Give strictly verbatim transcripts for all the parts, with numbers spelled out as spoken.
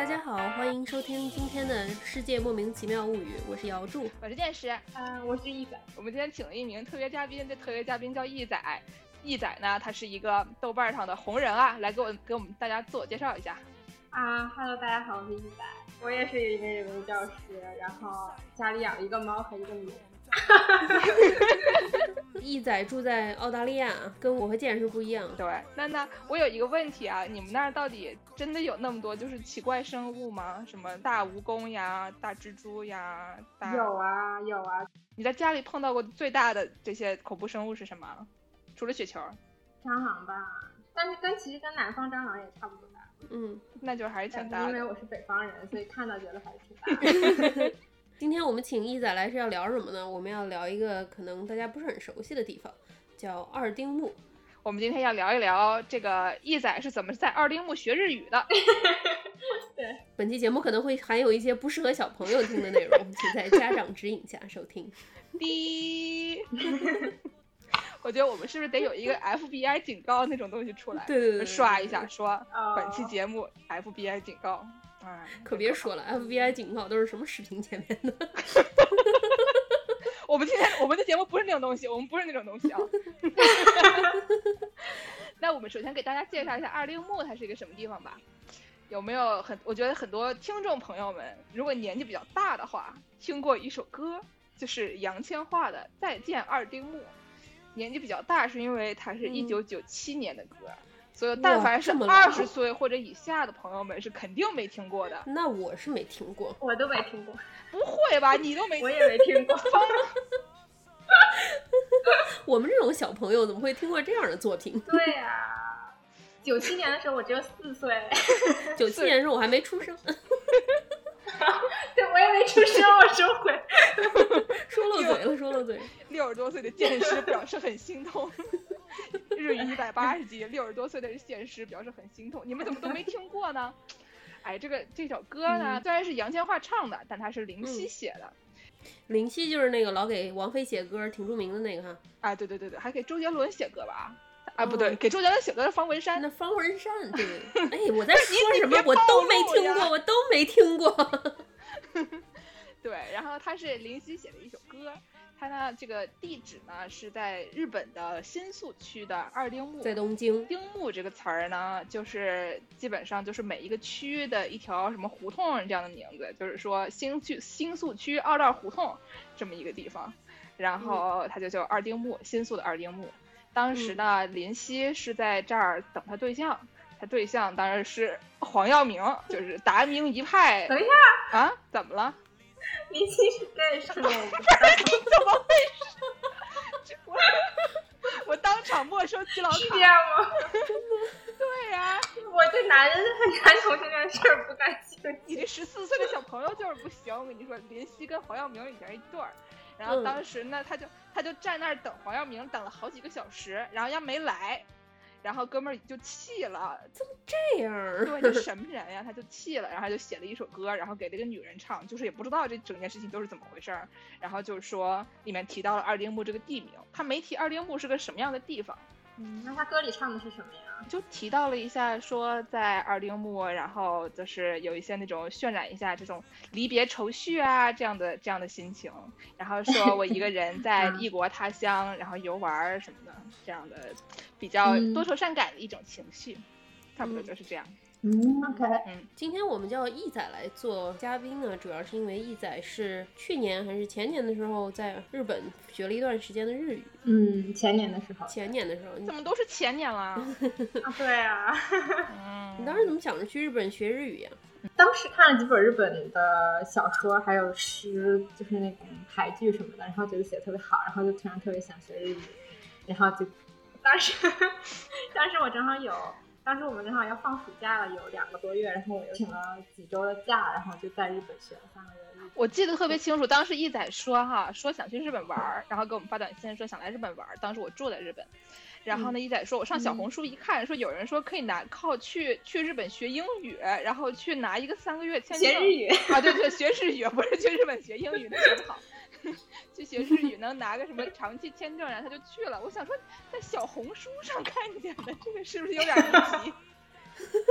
家好，欢迎收听今天的世界莫名其妙物语，我是姚柱， 我是剑石， 嗯，我是易仔。 我们今天请了一名特别嘉宾，这特别嘉宾叫易仔。易仔呢，他是一个豆瓣上的红人啊，来给我给我们大家自我介绍一下。 啊哈喽，大家好，我是易仔，我也是一名人文教师，然后家里养了一个猫和一个牛。 易仔住在澳大利亚，跟我和剑士不一样。 对，那那我有一个问题啊，你们那儿到底真的有那么多就是奇怪生物吗？什么大蜈蚣呀、大蜘蛛呀？大有啊有啊。 你在家里碰到过最大的这些恐怖生物是什么？除了雪球？ 蟑螂吧，但是跟其实跟南方蟑螂也差不多大。 嗯， 那就还是挺大的。 因为我是北方人，所以看到觉得还是挺大的。 今天我们请易仔来是要聊什么呢？我们要聊一个可能大家不是很熟悉的地方，叫二丁目。 我们今天要聊一聊这个易仔是怎么在二丁目学日语的。 对， 本期节目可能会含有一些不适合小朋友听的内容，请在家长指引下收听。 滴我觉得我们是不是得有一个 F B I 警告那种东西出来？ 对对 对, 对， 刷一下说、 哦、 本期节目 F B I 警告。哎， 可别说了 ，F B I 警告都是什么视频前面的？ 我们今天我们的节目不是那种东西，我们不是那种东西啊。那我们首先给大家介绍一下二丁目它是一个什么地方吧。有没有很？我觉得很多听众朋友们，如果年纪比较大的话，听过一首歌，就是杨千嬅的《再见二丁目》。年纪比较大是因为它是一九九七年的歌。嗯，所以但凡是二十岁或者以下的朋友们是肯定没听过的。 那我是没听过， 我都没听过。 不会吧？你都没听过？ 我也没听过。 我们这种小朋友怎么会听过这样的作品？ 对呀、啊，九七年的时候我只有四岁。 九七年的时候我还没出生。 对，我也没出生，我收回。 说漏嘴了，说漏嘴。 六十多岁的剑师表示很心痛。日语一百八十级，六十多岁的剑师表示很心痛。你们怎么都没听过呢？哎，这个这首歌呢，嗯、虽然是杨千嬅唱的，但它是林夕写的。 嗯、林夕就是那个老给王菲写歌，挺著名的那个哈。 啊，对对对对，还给周杰伦写歌吧？啊，不对，给周杰伦写歌是方文山。 那方文山，对。哎，我在说什么？我都没听过，我都没听过。 对，然后他是林夕写的一首歌。它呢，这个地址呢是在日本的新宿区的二丁目， 在东京。 丁目这个词儿呢，就是基本上就是每一个区的一条什么胡同这样的名字，就是说新区新宿区二道胡同这么一个地方，然后它就叫二丁目，新宿的二丁目。当时呢，嗯、林夕是在这儿等他对象，他对象当然是黄耀明，就是达明一派。 等一下啊，怎么了？ 林夕是 gay 是吗？ 你怎么回事？我我当场没收基佬卡。 是这样吗？ 对呀、啊， 我对男人和男同性恋事儿不感兴趣。 你这十四岁的小朋友就是不行，我跟你说，林夕跟黄耀明以前一对儿，然后当时呢，他就他就站那儿等黄耀明，等了好几个小时，然后人家没来。然后哥们儿就气了， 怎么这样？ 对，这什么人呀？他就气了，然后就写了一首歌，然后给这个女人唱，就是也不知道这整件事情都是怎么回事儿。然后就是说里面提到了二丁目这个地名，他没提二丁目是个什么样的地方。 嗯，那他歌里唱的是什么呀？ 就提到了一下说在二丁目，然后就是有一些那种渲染一下这种离别愁绪啊这样的这样的心情，然后说我一个人在异国他乡，然后游玩什么的，这样的比较多愁善感的一种情绪，嗯、差不多就是这样。 嗯 ，OK， 嗯， 今天我们叫易仔来做嘉宾呢，主要是因为易仔是去年还是前年的时候在日本学了一段时间的日语。 嗯，前年的时候。 前年的时候， 怎么都是前年了？ 啊，对啊。 嗯，你当时怎么想着去日本学日语呀？ 当时看了几本日本的小说，还有诗，就是那种俳句什么的，然后觉得写得特别好，然后就突然特别想学日语，然后就当时当时我正好有。当时我们正好要放暑假了，有两个多月，然后我又请了几周的假，然后就在日本学了三个月日语。 我记得特别清楚，当时易仔说哈，说想去日本玩，然后给我们发短信说想来日本玩。当时我住在日本，然后呢，易仔说我上小红书一看，嗯、说有人说可以拿靠去去日本学英语，然后去拿一个三个月签证。 学日语啊，对对，学日语，不是去日本学英语，那学不好。去学日语能拿个什么长期签证，然后他就去了。我想说，在小红书上看见的，这个是不是有点离奇？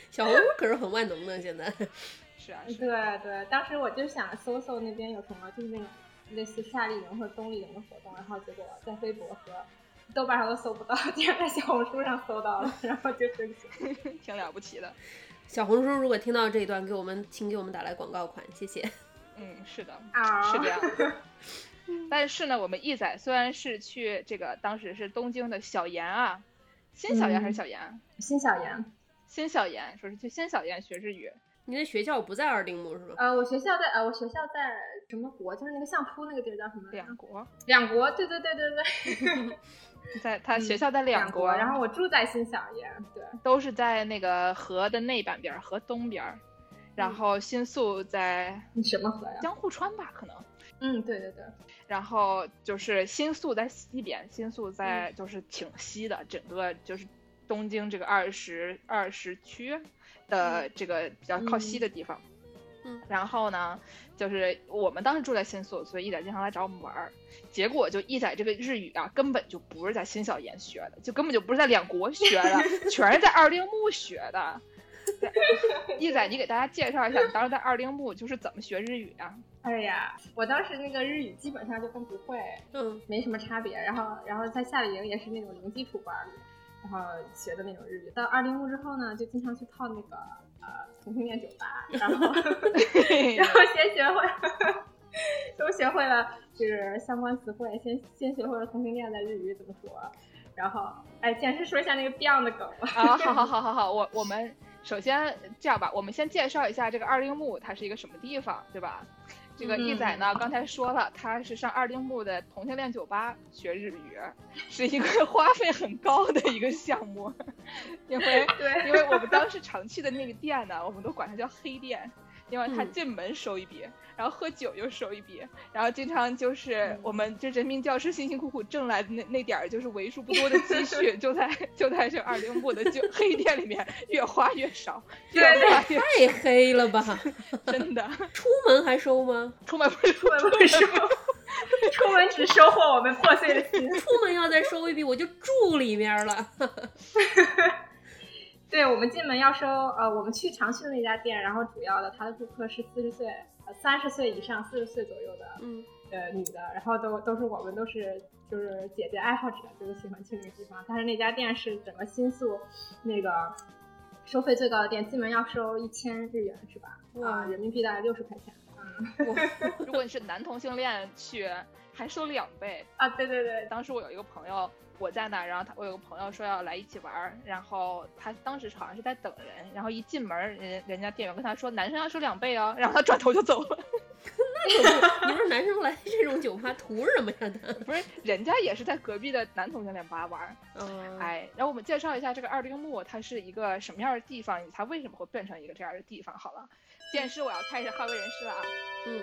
小红书可是很万能的，现在。 是啊，是对对，当时我就想搜搜那边有什么，就是那种类似夏令营或者冬令营的活动，然后结果在微博和豆瓣上都搜不到，竟然在小红书上搜到了，然后就生气， 挺了不起的。 小红书如果听到这一段，给我们请给我们打来广告款，谢谢。 嗯，是的， 啊， 是这样的。但是呢，我们义载虽然是去这个当时是东京的小岩啊，新小岩还是小岩？ 嗯、新小岩。 新小岩，说是去新小岩学日语。 你的学校不在二丁目是吗？ 呃，我学校在呃，我学校在什么国？就是那个相扑那个地儿叫什么？ 两国。 两国，对对对对对。 在他学校在两国、 嗯、然后我住在新小岩，对， 都是在那个河的内半边，河东边。然后新宿在什么河呀？ 江户川吧，可能。 嗯，对对对。 然后就是新宿在西边，新宿在就是挺西的，嗯、整个就是东京这个二十二十区的这个比较靠西的地方。 嗯。 然后呢，就是我们当时住在新宿，所以义载经常来找我们玩。结果就义载这个日语啊，根本就不是在新小岩学的，就根本就不是在两国学的，全是在二丁目学的。义载，你给大家介绍一下，你当时在二丁目就是怎么学日语啊？ 哎呀，我当时那个日语基本上就跟不会， 嗯， 没什么差别。然后，然后在夏令营也是那种零基础班里，然后学的那种日语。到二丁目之后呢，就经常去泡那个呃同性恋酒吧，然后然后先学会了，都学会了就是相关词汇，先先学会了同性恋的日语怎么说。然后，哎，简直说一下那个 Beyond 的梗吧。 啊，好好好好好，我我们首先这样吧，我们先介绍一下这个二丁目它是一个什么地方，对吧？这个义载呢，嗯、刚才说了，他是上二丁目的同性恋酒吧学日语，是一个花费很高的一个项目，因为因为我们当时常去的那个店呢，我们都管它叫黑店。因为他进门收一笔、嗯、然后喝酒又收一笔，然后经常就是我们这人民教师辛辛苦苦挣来的那那点儿就是为数不多的积蓄就在就在这二丁目的酒黑店里面越花越少，越花越少。 太黑了吧真的。 出门还收吗？ 出门不出门不收出门只收获我们破碎的心。 出门要再收一笔我就住里面了对，我们进门要收，呃，我们去常去的那家店，然后主要的他的顾客是四十岁，呃，三十岁以上，四十岁左右的， 嗯， 呃，女的，然后都都是我们都是就是姐姐爱好者，就是喜欢去那个地方。但是那家店是整个新宿那个收费最高的店，进门要收一千日元是吧？啊、呃，人民币大概六十块钱。 嗯，如果你是男同性恋去，还收两倍啊！对对对， 当时我有一个朋友。我在那，然后他我有个朋友说要来一起玩，然后他当时好像是在等人，然后一进门人人家店员跟他说男生要收两倍哦，然后他转头就走了。 那可不，你说男生来这种酒吧图什么呀？他不是，人家也是在隔壁的男同性恋吧玩。 嗯， 哎，然后我们介绍一下这个二丁目它是一个什么样的地方，它为什么会变成一个这样的地方。好了，电视我要开始捍卫人士了啊。 嗯。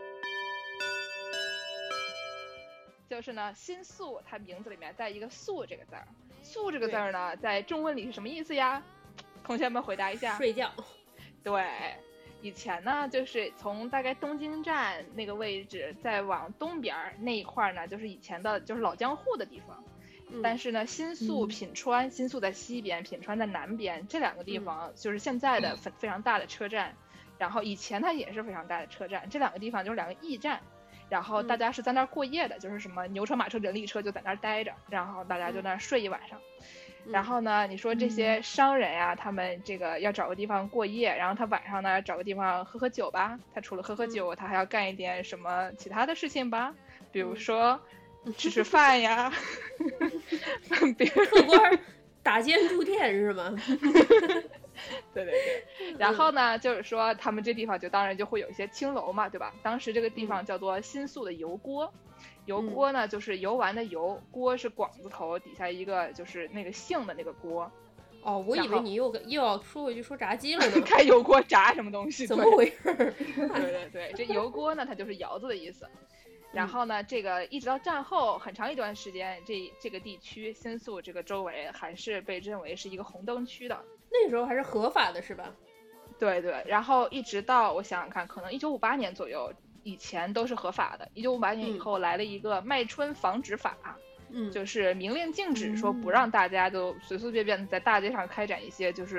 就是呢，新宿它名字里面带一个宿这个字儿，宿这个字儿呢，在中文里是什么意思呀？同学们回答一下。 睡觉。 对，以前呢，就是从大概东京站那个位置，再往东边那一块呢，就是以前的就是老江户的地方。 嗯、 但是呢，新宿、品川，新宿在西边，品川在南边，这两个地方就是现在的非非常大的车站，然后以前它也是非常大的车站，这两个地方就是两个驿站。然后大家是在那儿过夜的、嗯、就是什么牛车马车人力车就在那儿待着，然后大家就那儿睡一晚上、嗯、然后呢你说这些商人呀、啊嗯、他们这个要找个地方过夜，然后他晚上呢找个地方喝喝酒吧，他除了喝喝酒、嗯、他还要干一点什么其他的事情吧，比如说、嗯、吃吃饭呀别客官打尖住店是吗对对对，然后呢、嗯、就是说他们这地方就当然就会有一些青楼嘛，对吧？当时这个地方叫做新宿的油锅，油锅呢、嗯、就是游玩的游，锅是广字头底下一个就是那个姓的那个锅。 哦，我以为你又又要说回去说炸鸡了呢开油锅炸什么东西， 怎么回事对对对，这油锅呢它就是窑子的意思。然后呢，这个一直到战后很长一段时间，这这个地区新宿这个周围还是被认为是一个红灯区的。 那时候还是合法的是吧？ 对对，然后一直到我想想看，可能一九五八年左右以前都是合法的。一九五八年以后来了一个卖春防止法， 嗯， 就是明令禁止说不让大家都随随便便的在大街上开展一些就是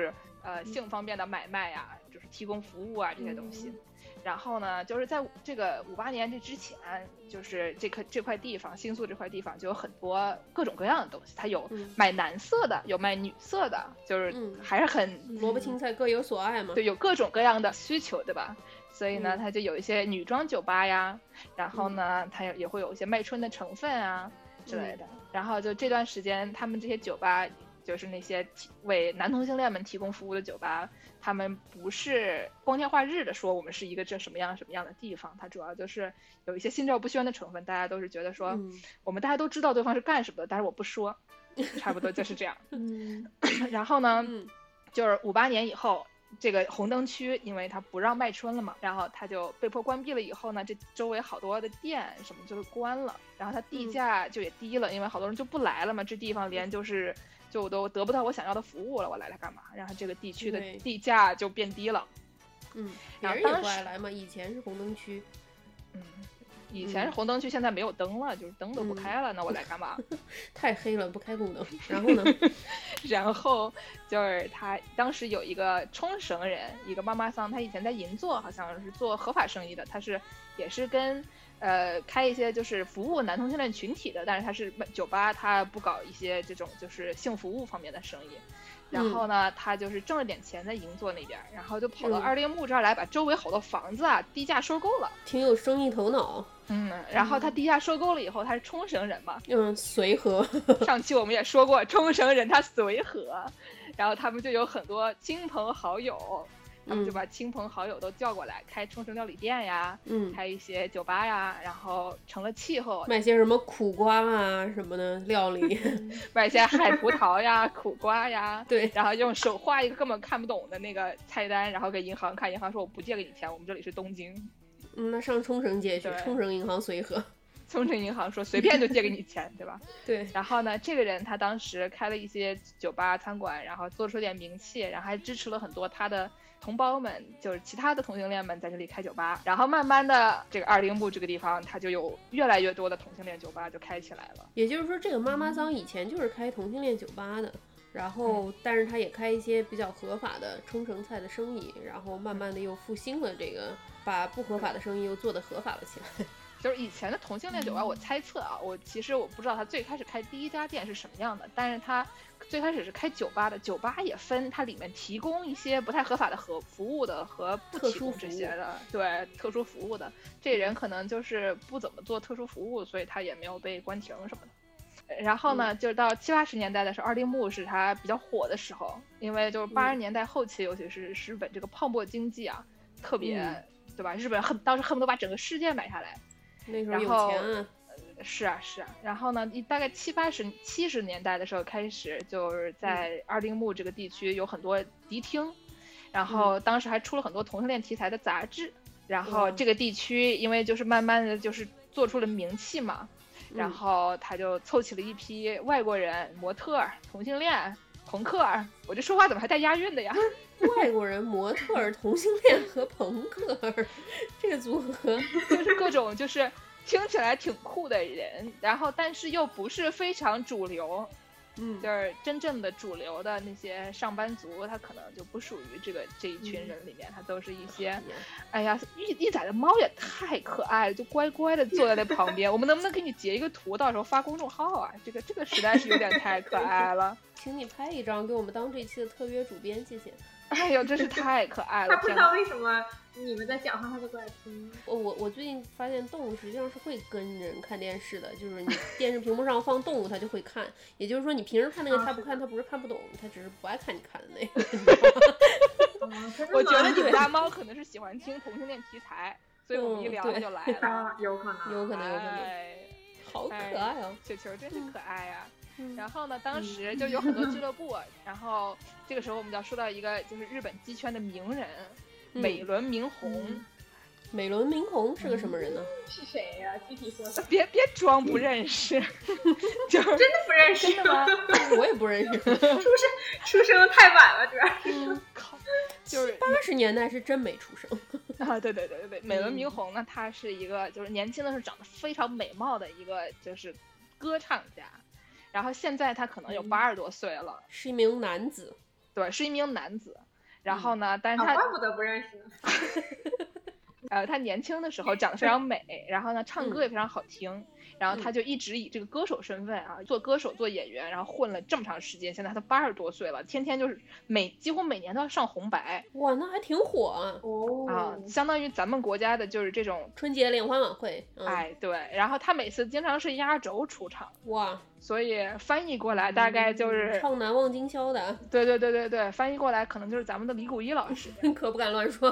呃性方面的买卖呀，就是提供服务啊这些东西。嗯，然后呢，就是在这个五八年这之前，就是这块这块地方，新宿这块地方就有很多各种各样的东西，它有卖男色的，有卖女色的，就是还是很萝卜青菜各有所爱嘛。 对，有各种各样的需求，对吧？所以呢，它就有一些女装酒吧呀，然后呢，它也会有一些卖春的成分啊之类的。然后就这段时间，他们这些酒吧，就是那些为男同性恋们提供服务的酒吧，他们不是光天化日的说我们是一个这什么样什么样的地方，它主要就是有一些心照不宣的成分，大家都是觉得说，嗯、我们大家都知道对方是干什么的，但是我不说，差不多就是这样。嗯，然后呢，嗯、就是五八年以后。这个红灯区因为它不让卖春了嘛，然后它就被迫关闭了。以后呢，这周围好多的店什么就是关了，然后它地价就也低了，嗯、因为好多人就不来了嘛，这地方连就是就我都得不到我想要的服务了，我来来干嘛？然后这个地区的地价就变低了。 嗯，别人也不爱来嘛，以前是红灯区。 嗯，以前是红灯区，现在没有灯了，就是灯都不开了，嗯、那我来干嘛？ 太黑了，不开路灯。然后呢？ 然后就是他当时有一个冲绳人，一个妈妈桑，他以前在银座好像是做合法生意的，他是也是跟呃开一些就是服务男同性恋群体的，但是他是酒吧，他不搞一些这种就是性服务方面的生意。然后呢，他就是挣了点钱在银座那边，然后就跑到二丁目这儿来，把周围好多房子啊低价收购了， 挺有生意头脑。 嗯，然后他低价收购了以后，他是冲绳人嘛， 嗯，随和。 上期我们也说过，冲绳人他随和，然后他们就有很多亲朋好友。他们就把亲朋好友都叫过来，嗯、开冲绳料理店呀，嗯，开一些酒吧呀，然后成了气候， 卖些什么苦瓜啊什么的料理， 卖些海葡萄呀、苦瓜呀， 对， 然后用手画一个根本看不懂的那个菜单，然后给银行看，银行说我不借给你钱，我们这里是东京。 嗯，那上冲绳借去，冲绳银行随和。 冲绳银行说随便就借给你钱，对吧？ 对。 然后呢，这个人他当时开了一些酒吧、餐馆，然后做出点名气，然后还支持了很多他的同胞们，就是其他的同性恋们在这里开酒吧。然后慢慢的，这个二丁目这个地方，它就有越来越多的同性恋酒吧就开起来了。 也就是说，这个妈妈桑以前就是开同性恋酒吧的，然后但是他也开一些比较合法的冲绳菜的生意，然后慢慢的又复兴了这个，把不合法的生意又做得合法了起来。 就是以前的同性恋酒吧，我猜测啊，我其实我不知道他最开始开第一家店是什么样的，但是他最开始是开酒吧的，酒吧也分它里面提供一些不太合法的和服务的和不提供这些的，对，特殊服务的，这人可能就是不怎么做特殊服务，所以他也没有被关停什么的。然后呢，就是到七八十年代的时候，二丁目是他比较火的时候，因为就是八十年代后期，尤其是日本这个泡沫经济啊，特别、嗯、对吧？日本恨当时恨不得把整个世界买下来。 那时候有钱啊， 是啊是啊，然后呢，大概七八十七十年代的时候开始，就是在二丁目这个地区有很多迪厅，然后当时还出了很多同性恋题材的杂志，然后这个地区因为就是慢慢的就是做出了名气嘛，然后他就凑齐了一批外国人、模特、同性恋、朋克，我这说话怎么还带押韵的呀？ 外国人、模特、同性恋和朋克，这个组合就是各种就是听起来挺酷的人，然后但是又不是非常主流，嗯，就是真正的主流的那些上班族，他可能就不属于这个这一群人里面，他都是一些，嗯、哎呀，一一仔的猫也太可爱了，就乖乖的坐在那旁边。我们能不能给你截一个图，到时候发公众号啊？这个这个实在是有点太可爱了。 请你拍一张给我们当这期的特约主编，谢谢。 哎呦，真是太可爱了！ 他不知道为什么你们在讲话，他就过来听。 我我我最近发现动物实际上是会跟人看电视的，就是你电视屏幕上放动物，它就会看。也就是说，你平时看那个它不看，它不是看不懂，它只是不爱看你看的那个。 我觉得你们家猫可能是喜欢听同性恋题材，所以我们一聊它就来了。 啊，有可能， 有可能，有可能。 哎、 好可爱哦， 球球真是可爱呀、啊。嗯、然后呢，当时就有很多俱乐部，嗯、然后这个时候我们就要说到一个就是日本鸡圈的名人，嗯、美轮明宏。嗯、 美轮明宏是个什么人呢？ 嗯、是谁呀、啊？具体说说。 别别装不认识，就是真的不认识吗？我也不认识，出生出生太晚了，主要是。 嗯、靠，就是八十年代是真没出生啊！对对对对对，美轮明宏呢，他是一个就是年轻的时候长得非常美貌的一个就是歌唱家。然后现在他可能有八十多岁了、 嗯，是一名男子， 对，是一名男子。 然后呢，但是他、 哦、怪不得不认识呢。 呃，他年轻的时候长得非常美，然后呢，唱歌也非常好听。嗯，然后他就一直以这个歌手身份啊，做歌手做演员，然后混了这么长时间，现在他都八十多岁了，天天就是每几乎每年都要上红白。 哇，那还挺火啊！ 哦啊，相当于咱们国家的就是这种春节联欢晚会。嗯、 哎，对，然后他每次经常是压轴出场。 哇， 所以翻译过来大概就是、 嗯、唱难忘今宵的。 对对对对对，翻译过来可能就是咱们的李谷一老师。 可不敢乱说。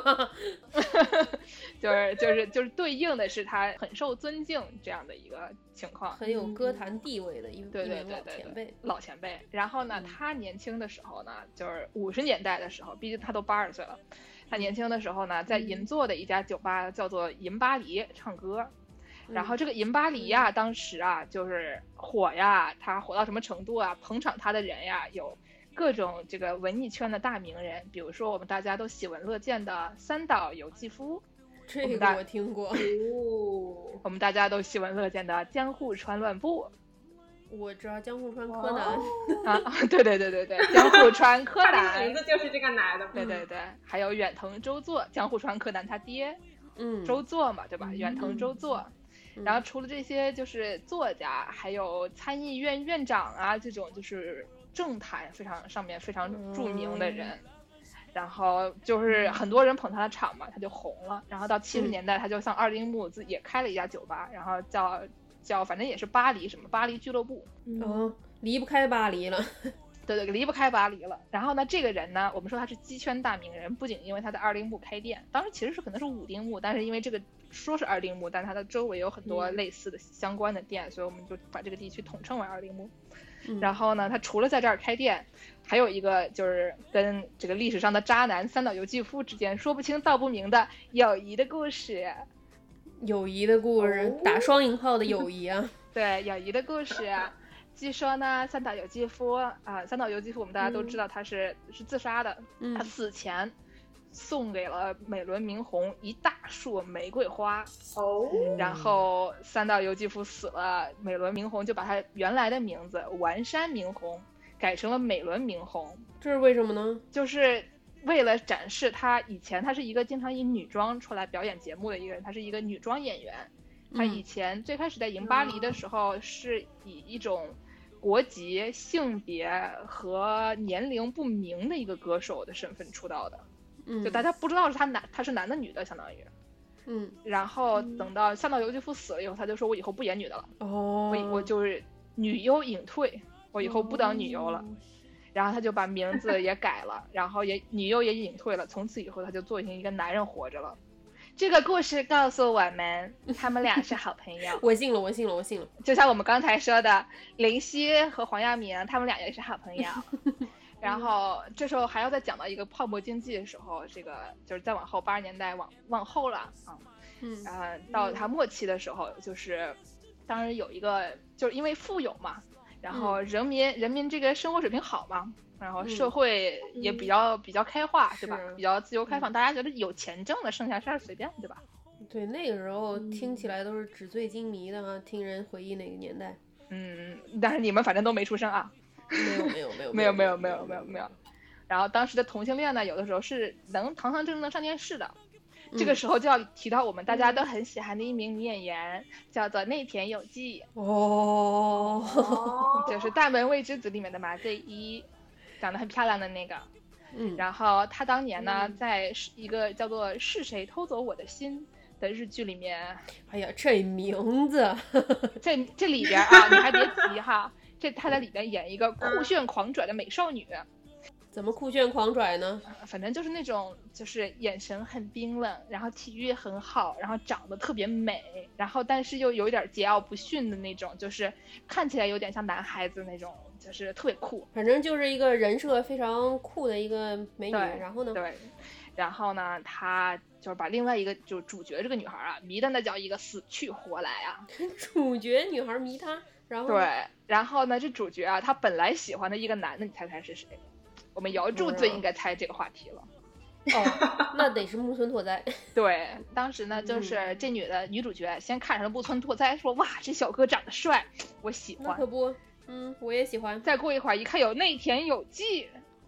就是就是就是对应的是他很受尊敬这样的一个情况， 很有歌坛地位的一对对对对对老前辈。然后呢，他年轻的时候呢，就是五十年代的时候，毕竟他都八十岁了。他年轻的时候呢，在银座的一家酒吧叫做银巴黎唱歌。然后这个银巴黎呀，当时啊就是火呀，他火到什么程度啊？捧场他的人呀，有各种这个文艺圈的大名人，比如说我们大家都喜闻乐见的三岛由纪夫。 这个我听过。 哦，我们大家都喜闻乐见的江户川乱步。 我知道江户川柯南。 哦、啊，对对对对对，江户川柯南。 他的名字就是这个男的。 对对对，还有远藤周作，江户川柯南他爹， 嗯， 周作嘛，对吧？远藤周作。 嗯、 然后除了这些就是作家，还有参议院院长啊，这种就是政坛非常上面非常著名的人。嗯，然后就是很多人捧他的场嘛，他就红了。然后到七十年代，他就像二丁目自己也开了一家酒吧，然后叫叫反正也是巴黎什么巴黎俱乐部。 哦，离不开巴黎了。 对对，离不开巴黎了。然后呢，这个人呢，我们说他是鸡圈大名人，不仅因为他在二丁目开店，当时其实是可能是五丁目，但是因为这个说是二丁目，但他的周围有很多类似的相关的店，嗯、所以我们就把这个地区统称为二丁目。 嗯、 然后呢，他除了在这儿开店，还有一个就是跟这个历史上的渣男三岛由纪夫之间说不清道不明的友谊的故事。 友谊的故事，哦、打双引号的友谊啊。 对，友谊的故事。据说呢，三岛由纪夫啊、呃，三岛由纪夫我们大家都知道他是、嗯、是自杀的。 嗯、 他死前送给了美轮明宏一大束玫瑰花。 哦。 然后三岛由纪夫死了，美轮明宏就把他原来的名字丸山明宏改成了美轮明宏。 这是为什么呢？ 就是为了展示他以前他是一个经常以女装出来表演节目的一个人，他是一个女装演员。他以前最开始在银巴黎的时候是以一种国籍、性别和年龄不明的一个歌手的身份出道的。 嗯， 就大家不知道是他男他是男的女的，相当于。 嗯， 然后等到三岛由纪夫死了以后，他就说我以后不演女的了。 哦， 我我就是女优隐退，我以后不当女优了。哦，然后他就把名字也改了，然后也女优也隐退了，从此以后他就做成一个男人活着了。这个故事告诉我们，他们俩是好朋友。 我信了，我信了，我信了。 就像我们刚才说的，林夕和黄耀明，他们俩也是好朋友。然后这时候还要再讲到一个泡沫经济的时候，这个就是再往后八十年代往往后了啊。 嗯。 呃，到他末期的时候，就是当时有一个，就是因为富有嘛，然后人民、嗯、人民这个生活水平好嘛。然后社会也比较、嗯、比较开化，对吧？比较自由开放，嗯、大家觉得有钱挣的，剩下事儿随便，对吧？ 对，那个时候听起来都是纸醉金迷的啊，嗯、听人回忆那个年代。 嗯，但是你们反正都没出生啊。 没有没有没有没有没有没有没有没有。然后当时的同性恋呢，有的时候是能堂堂正正上电视的。嗯、这个时候就要提到我们大家都很喜欢的一名女演员，嗯、叫做内田有纪。 哦。 就是《大门未知子》里面的麻醉医。长得很漂亮的那个， 嗯， 然后他当年呢， 嗯、 在一个叫做《是谁偷走我的心》的日剧里面， 哎呀，这名字， 这这里边啊，你还别急哈，这他在里边演一个酷炫狂拽的美少女。 怎么酷炫狂拽呢？ 反正就是那种，就是眼神很冰冷，然后体育很好，然后长得特别美，然后但是又有点桀骜不驯的那种，就是看起来有点像男孩子那种。就是特别酷， 反正就是一个人设非常酷的一个美女。然后呢？ 对，然后呢，她就是把另外一个就主角这个女孩啊，迷的那叫一个死去活来啊。 主角女孩迷她，然后对，然后呢，这主角啊，她本来喜欢的一个男的，你猜猜是谁？我们姚柱最应该猜这个话题了。 哦，那得是木村拓哉。 对，当时呢，就是这女的、嗯、女主角先看上了木村拓哉，说哇，这小哥长得帅，我喜欢。 那可不。嗯，我也喜欢。 再过一会儿一看有内田有纪，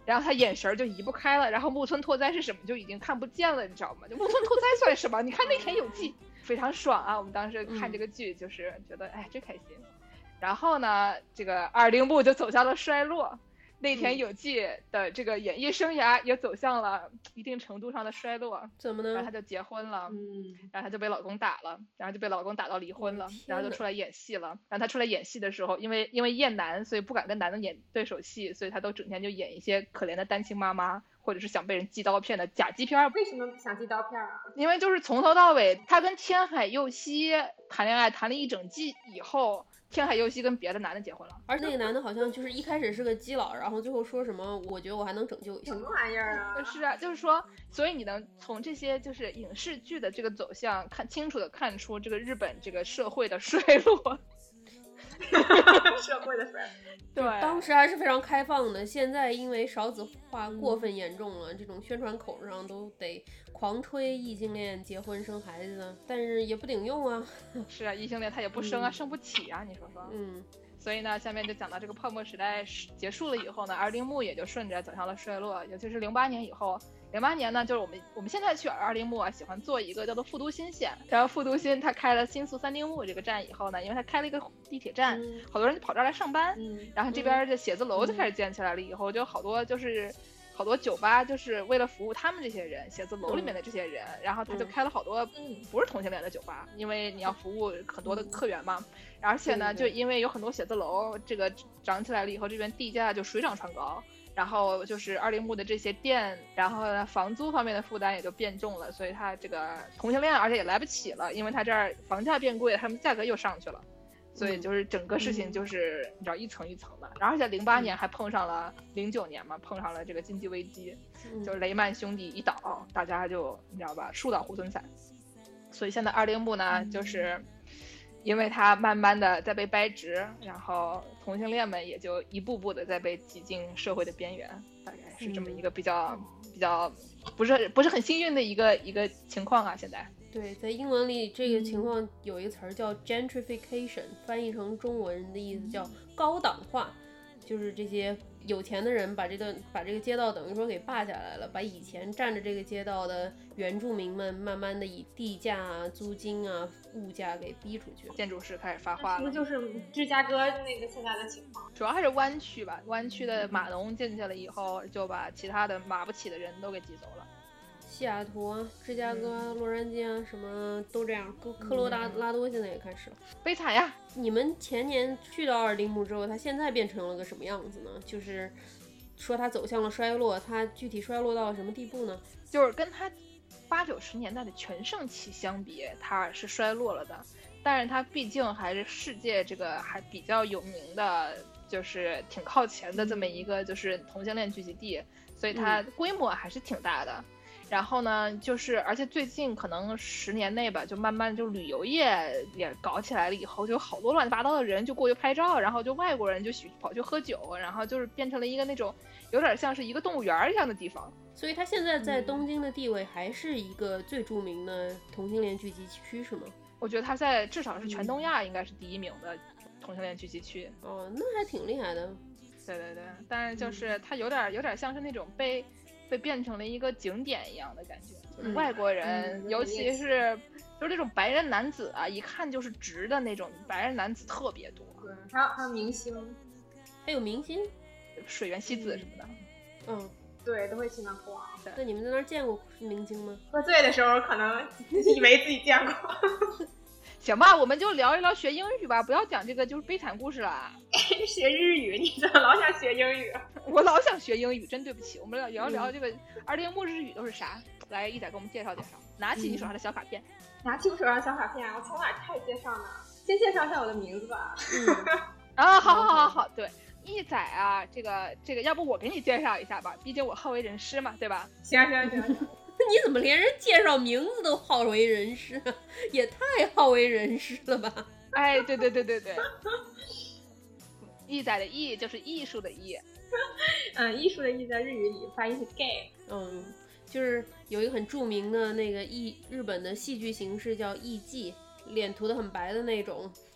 然后他眼神就移不开了，然后木村拓哉是什么就已经看不见了，你知道吗？就木村拓哉算什么？你看那田有纪非常爽啊！我们当时看这个剧就是觉得、嗯、哎真开心。然后呢，这个二丁目就走向了衰落，内田有纪的这个演艺生涯也走向了一定程度上的衰落。 怎么呢？ 然后他就结婚了， 嗯， 然后他就被老公打了，然后就被老公打到离婚了，然后就出来演戏了。然后他出来演戏的时候，因为因为厌男，所以不敢跟男的演对手戏，所以他都整天就演一些可怜的单亲妈妈，或者是想被人寄刀片的假鸡片。 为什么想寄刀片啊？ 因为就是从头到尾，他跟天海佑希谈恋爱谈了一整季以后，天海佑希跟别的男的结婚了， 而那个男的好像就是一开始是个基佬，然后最后说什么我觉得我还能拯救一下。 什么玩意儿啊？ 是啊，就是说，所以你能从这些就是影视剧的这个走向看清楚的看出这个日本这个社会的衰落。 社会的衰落。 对， 当时还是非常开放的，现在因为少子化过分严重了，嗯、这种宣传口上都得狂吹异性恋结婚生孩子，但是也不顶用啊。 是啊，异性恋他也不生啊， 嗯、 生不起啊，你说说。 嗯。 所以呢，下面就讲到这个泡沫时代结束了以后呢，二丁目也就顺着走向了衰落，尤其是零八年以后。零八年呢，就是我们我们现在去二丁目啊，喜欢做一个叫做副都心线。然后副都心它开了新宿三丁目这个站以后呢，因为它开了一个地铁站，嗯、好多人就跑这儿来上班。 嗯、 然后这边的写字楼就开始建起来了，以后就好多就是好多酒吧就是为了服务他们这些人，写字楼里面的这些人，嗯、然后他就开了好多不是同性恋的酒吧，因为你要服务很多的客源嘛。而且呢，就因为有很多写字楼这个涨起来了以后，这边地价就水涨船高。然后就是二丁目的这些店，然后呢房租方面的负担也就变重了，所以他这个同性恋而且也来不起了，因为他这儿房价变贵，他们价格又上去了，所以就是整个事情就是、嗯、你知道一层一层的。然后而且零八年还碰上了零九年嘛，碰上了这个经济危机， 嗯、 就是雷曼兄弟一倒，大家就你知道吧，树倒猢狲散。所以现在二丁目呢，就是因为它慢慢的在被掰直，然后同性恋们也就一步步的在被挤进社会的边缘，大概是这么一个比较、嗯、比较不是不是很幸运的一个一个情况啊。现在对，在英文里这个情况有一个词儿叫 gentrification， 翻译成中文的意思叫高档化，就是这些有钱的人把这个把这个街道等于说给霸下来了，把以前占着这个街道的原住民们慢慢的以地价啊、租金啊、物价给逼出去， 建筑师开始发话了。 是不是就是芝加哥那个现在的情况？ 主要还是湾区吧，湾区的码农进去了以后，就把其他的码不起的人都给挤走了。 西雅图啊、芝加哥啊、洛杉矶啊，什么都这样。科科罗拉多现在也开始了， 悲惨呀！ 你们前年去到二丁目之后，它现在变成了个什么样子呢？就是说它走向了衰落，它具体衰落到了什么地步呢？ 就是跟它八九十年代的全盛期相比，它是衰落了的，但是它毕竟还是世界这个还比较有名的，就是挺靠前的这么一个就是同性恋聚集地，所以它规模还是挺大的。嗯然后呢，就是而且最近可能十年内吧，就慢慢就旅游业也搞起来了以后，就好多乱七八糟的人就过去拍照，然后就外国人就跑去喝酒，然后就是变成了一个那种有点像是一个动物园一样的地方。 所以它现在在东京的地位还是一个最著名的同性恋聚集区，是吗？ 我觉得它在至少是全东亚应该是第一名的同性恋聚集区。 哦，那还挺厉害的。 对对对，但是就是它有点有点像是那种被。被变成了一个景点一样的感觉，就是外国人，嗯、尤其是就是这种白人男子啊，一看就是直的那种白人男子特别多。 对，还有还有明星， 还有明星， 水原希子什么的。 嗯， 对，都会去那逛。 那你们在那儿见过明星吗？ 喝醉的时候可能以为自己见过。 行吧，我们就聊一聊学英语吧，不要讲这个就是悲惨故事了。 学日语，你怎么老想学英语？ 我老想学英语，真对不起。我们聊聊聊这个二丁目日语都是啥？来，一仔给我们介绍介绍。拿起你手上的小卡片。 嗯、拿起我手上的小卡片，我从哪开始介绍呢？先介绍一下我的名字吧。 嗯、啊，好好好好好，对，一仔啊，这个这个，要不我给你介绍一下吧，毕竟我好为人师嘛，对吧？ 行行行行。 你怎么连人介绍名字都好为人师啊？也太好为人师了吧！ 哎，对对对对对，艺仔的艺就是艺术的艺， 嗯，艺术的艺在日语里发音是 gay， 嗯，就是有一个很著名的那个艺日本的戏剧形式叫艺伎，脸涂得很白的那种，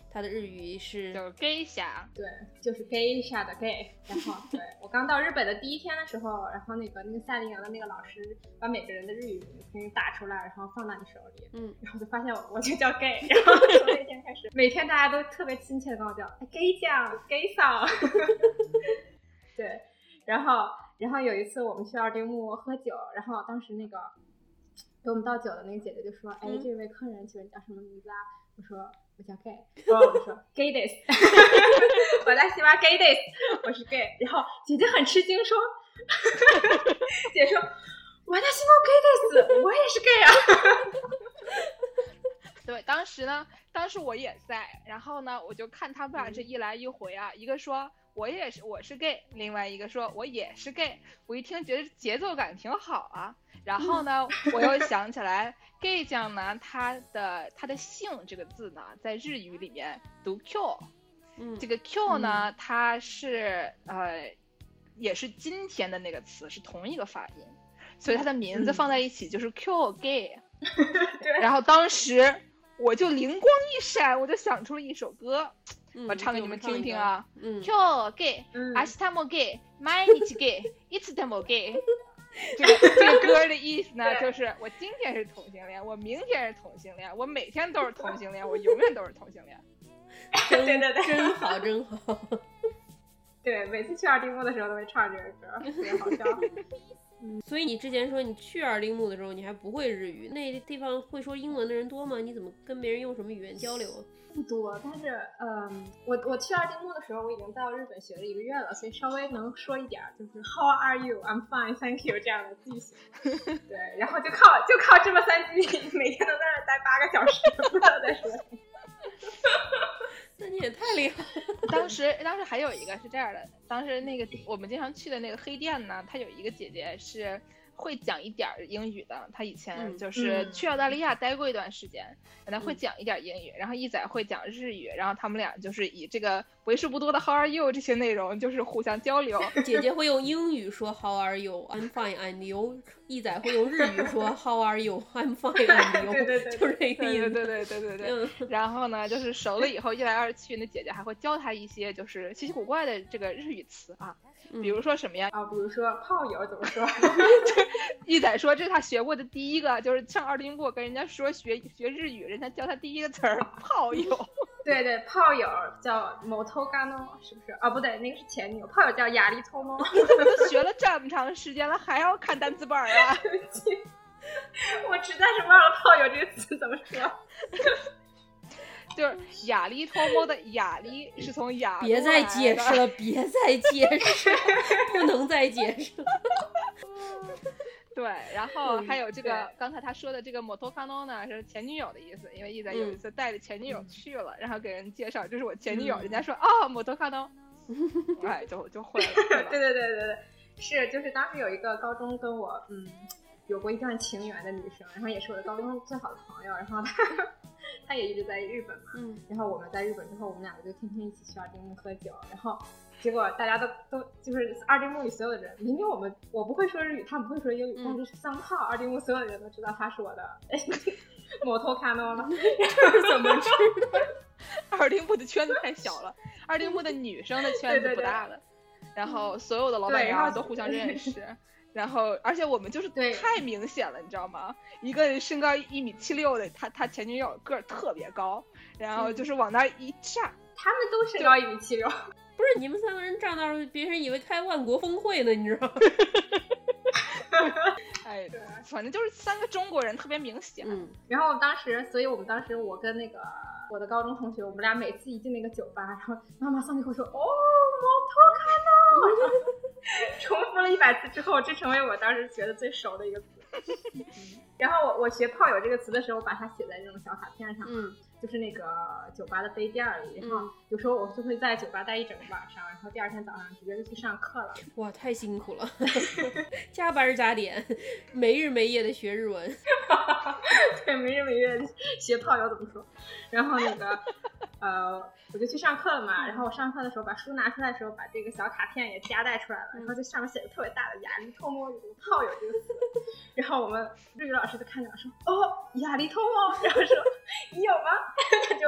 它的日语是就是 geisha， 对，就是 geisha 的 gay。然后对我刚到日本的第一天的时候，然后那个那个夏令营的那个老师把每个人的日语给你打出来，然后放到你手里， 嗯， 然后就发现我我就叫 gay， 然后从那天开始，每天大家都特别亲切的跟我叫 gay 酱 gay 嫂。对，然后然后有一次我们去二丁目喝酒，然后当时那个给我们倒酒的那个姐姐就说：“哎，这位客人，请问你叫什么名字啊？”我说：“我叫 gay。”然后我就说 ：“gay this。”我在西巴 gay this， 我是 gay。然后姐姐很吃惊说：“姐说我在西巴 gay this， 我也是 gay 啊。” 对，当时呢，当时我也在，然后呢，我就看他们俩这一来一回啊，一个说我也是我是 gay， 另外一个说我也是 gay， 我一听觉得节奏感挺好啊。然后呢，我又想起来 gay 酱呢，它的它的姓这个字呢，在日语里面读 Q， 嗯， 这个 Q 呢，它是呃，也是今天的那个词是同一个发音，所以它的名字放在一起就是 Q gay。然后当时我就灵光一闪，我就想出了一首歌， 嗯、 我唱给你们听听啊。 嗯， 今日 gay， 明日も gay， 毎日 gay， いつでも gay。这个这个歌的意思呢，就是我今天是同性恋，我明天是同性恋，我每天都是同性恋，我永远都是同性恋。 对对对对， 真好真好。 对，每次去二丁目的时候都会唱这个歌，特别好笑。 嗯，所以你之前说你去二丁目的时候你还不会日语，那地方会说英文的人多吗？你怎么跟别人用什么语言交流啊？ 不多，但是嗯，我我去二丁目的时候我已经在日本学了一个月了，所以稍微能说一点，就是 How are you? I'm fine, thank you 这样的句型。对，然后就靠就靠这么三句，每天都在那待八个小时，不知道在说什么。 那你也太厉害了。 当时当时还有一个是这样的，当时那个我们经常去的那个黑店呢，它有一个姐姐是会讲一点英语的，她以前就是去澳大利亚待过一段时间，她会讲一点英语，然后一仔会讲日语，然后他们俩就是以这个为数不多的 How are you 这些内容就是互相交流。 姐姐会用英语说 How are you? I'm fine, and you。一仔会用日语说 How are you? I'm fine, and you。 对对对， 就是这个意思。 对对对对对对对。嗯、然后呢，就是熟了以后一来二去，那姐姐还会教他一些就是稀奇古怪的这个日语词啊。比如说什么呀？ 啊，比如说炮友怎么说？ 一仔说这是他学过的第一个，就是上二丁目跟人家说学学日语，人家教他第一个词儿炮友。 对对，炮友叫 motogano 是不是？啊，不对，那个是前女友。炮友叫亚里托莫。 你怎么都学了这么长时间了，还要看单词本啊？ 对不起，我实在是忘了炮友这个词怎么说。 就是亚力托摸的亚力是从亚， 别再解释了，别再解释，不能再解释了。 对，然后还有这个、嗯、刚才他说的这个 motokano 呢是前女友的意思，因为一仔有一次带着前女友去了，嗯、然后给人介绍这是我前女友，嗯、人家说啊 motokano， 哎就就会了。 对对对对对，是就是当时有一个高中跟我嗯有过一段情缘的女生，然后也是我的高中最好的朋友，然后她。他也一直在日本嘛，嗯，然后我们在日本之后，我们两个就天天一起去二丁目喝酒，然后结果大家都都就是二丁目里所有的人，明明我们我不会说日语，他们不会说英语，嗯、但是三炮二丁目所有的人都知道他是我的摩托卡诺了， 怎么知道？ 二丁目的圈子太小了，二丁目的女生的圈子不大的，对对对，然后所有的老板娘都互相认识。然后，而且我们就是太明显了，你知道吗？一个身高一米七六的，他他前女友个儿特别高，然后就是往那一站， 他们都身高一米七六， 不是你们三个人站那儿，别人以为开万国峰会呢，你知道吗？ 哎，对，反正就是三个中国人特别明显。 嗯， 然后当时，所以我们当时我跟那个我的高中同学，我们俩每次一进那个酒吧，然后妈妈上去后说：“哦，摩托卡诺。”重复了一百次之后，这成为我当时学的最熟的一个词。嗯、然后我我学炮友这个词的时候，把它写在这种小卡片上， 嗯， 就是那个酒吧的杯垫里。然后有时候我就会在酒吧待一整个晚上，然后第二天早上直接就去上课了。 哇，太辛苦了，加班加点，没日没夜的学日文。 对，没日没夜的学炮友怎么说？然后那个呃，我就去上课了嘛。然后我上课的时候把书拿出来的时候，把这个小卡片也夹带出来了，然后就上面写的特别大的亚力托摸有炮友这个词。然后我们日语老师就看着说：“哦，亚力托摸。”然后说：“你有吗？”他就说：“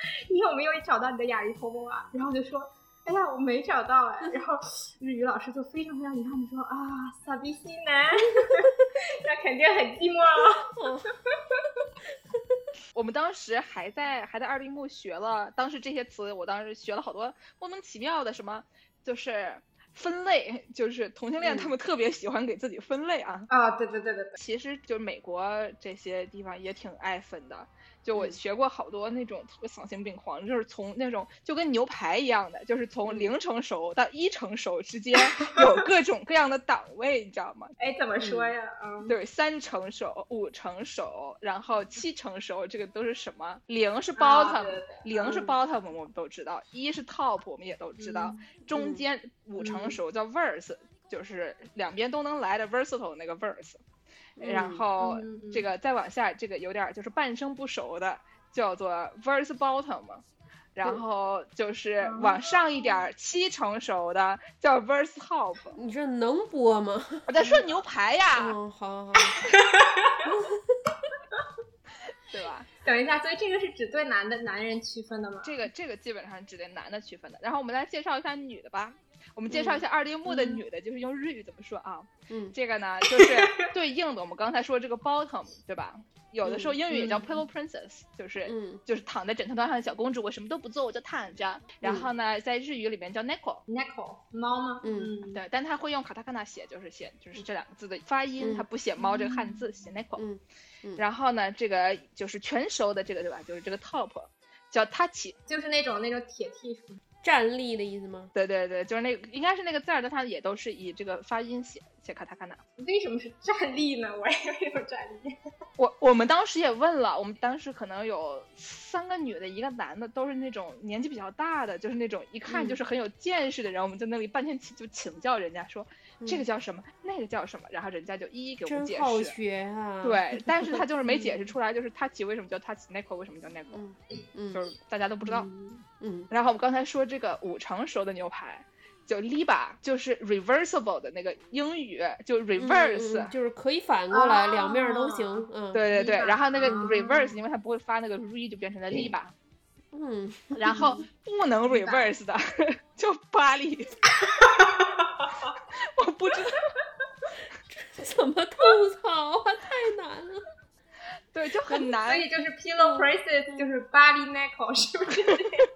你有没有找到你的亚裔同胞啊？然后就说哎呀我没找到哎，然后日语老师就非常非常遗憾的说啊傻逼西南，那肯定很寂寞了。 我们当时还在还在二丁目学了，当时这些词我当时学了好多莫名其妙的什么，就是分类，就是同性恋他们特别喜欢给自己分类啊。 啊、嗯哦，对对对对对， 其实就是美国这些地方也挺爱分的。就我学过好多那种特别丧心病狂，就是从那种就跟牛排一样的，就是从零成熟到一成熟之间有各种各样的档位，你知道吗？ 哎，怎么说呀？嗯， 对，三成熟、五成熟，然后七成熟，这个都是什么？零是 bottom，、啊、零是 bottom，、嗯、我们都知道；一是 top， 我们也都知道。嗯、中间五成熟叫 verse，、嗯、就是两边都能来的 versatile 那个 verse。然后这个再往下，这个有点就是半生不熟的，叫做 verse bottom， 然后就是往上一点七成熟的叫 verse top。 你这能播吗？ 我在说牛排呀。 嗯，好好好。 对吧？ 等一下，所以这个是只对男的男人区分的吗？ 这个这个基本上只对男的区分的。然后我们来介绍一下女的吧。我们介绍一下二丁目的女的、嗯、就是用日语怎么说啊？嗯，这个呢就是对应的我们刚才说这个 bottom， 对吧？有的时候英语也叫 pillow princess，、嗯、就是、嗯、就是躺在枕头上的小公主，我什么都不做我就躺着。嗯、然后呢，在日语里面叫 neko neko 猫吗？ 嗯，对，但他会用卡塔卡纳写，就是写就是这两个字的发音，他、嗯、不写猫这个汉字，写 neko。嗯嗯。然后呢，这个就是全熟的这个对吧？就是这个 top， 叫 tachi， 就是那种那种铁 T 是吗？ 站立的意思吗？ 对对对，就是那个应该是那个字儿，但它也都是以这个发音写写卡塔卡纳。 为什么是站立呢？我也没有站立。 我我们当时也问了，我们当时可能有三个女的，一个男的，都是那种年纪比较大的，就是那种一看就是很有见识的人。嗯、我们在那里半天就请教人家说、嗯、这个叫什么，那个叫什么，然后人家就一一给我们解释。 真好学啊！ 对，但是他就是没解释出来，就是他起为什么叫他起 neko， 为什么叫 neko， 嗯, 嗯就是大家都不知道。 嗯。嗯然后我们刚才说这个五成熟的牛排。就 liba 就是 reversible 的那个英语，就 reverse，、 嗯嗯、就是可以反过来，啊、两面都行。嗯， 对对对。然后那个 reverse，、嗯、因为它不会发那个 re， 就变成了 liba。 嗯。 然后不能 reverse 的就巴黎。我不知道怎么吐槽啊，太难了。 对，就很难。 所以就是 pillow princess、嗯、就是巴黎 neko， 是不是？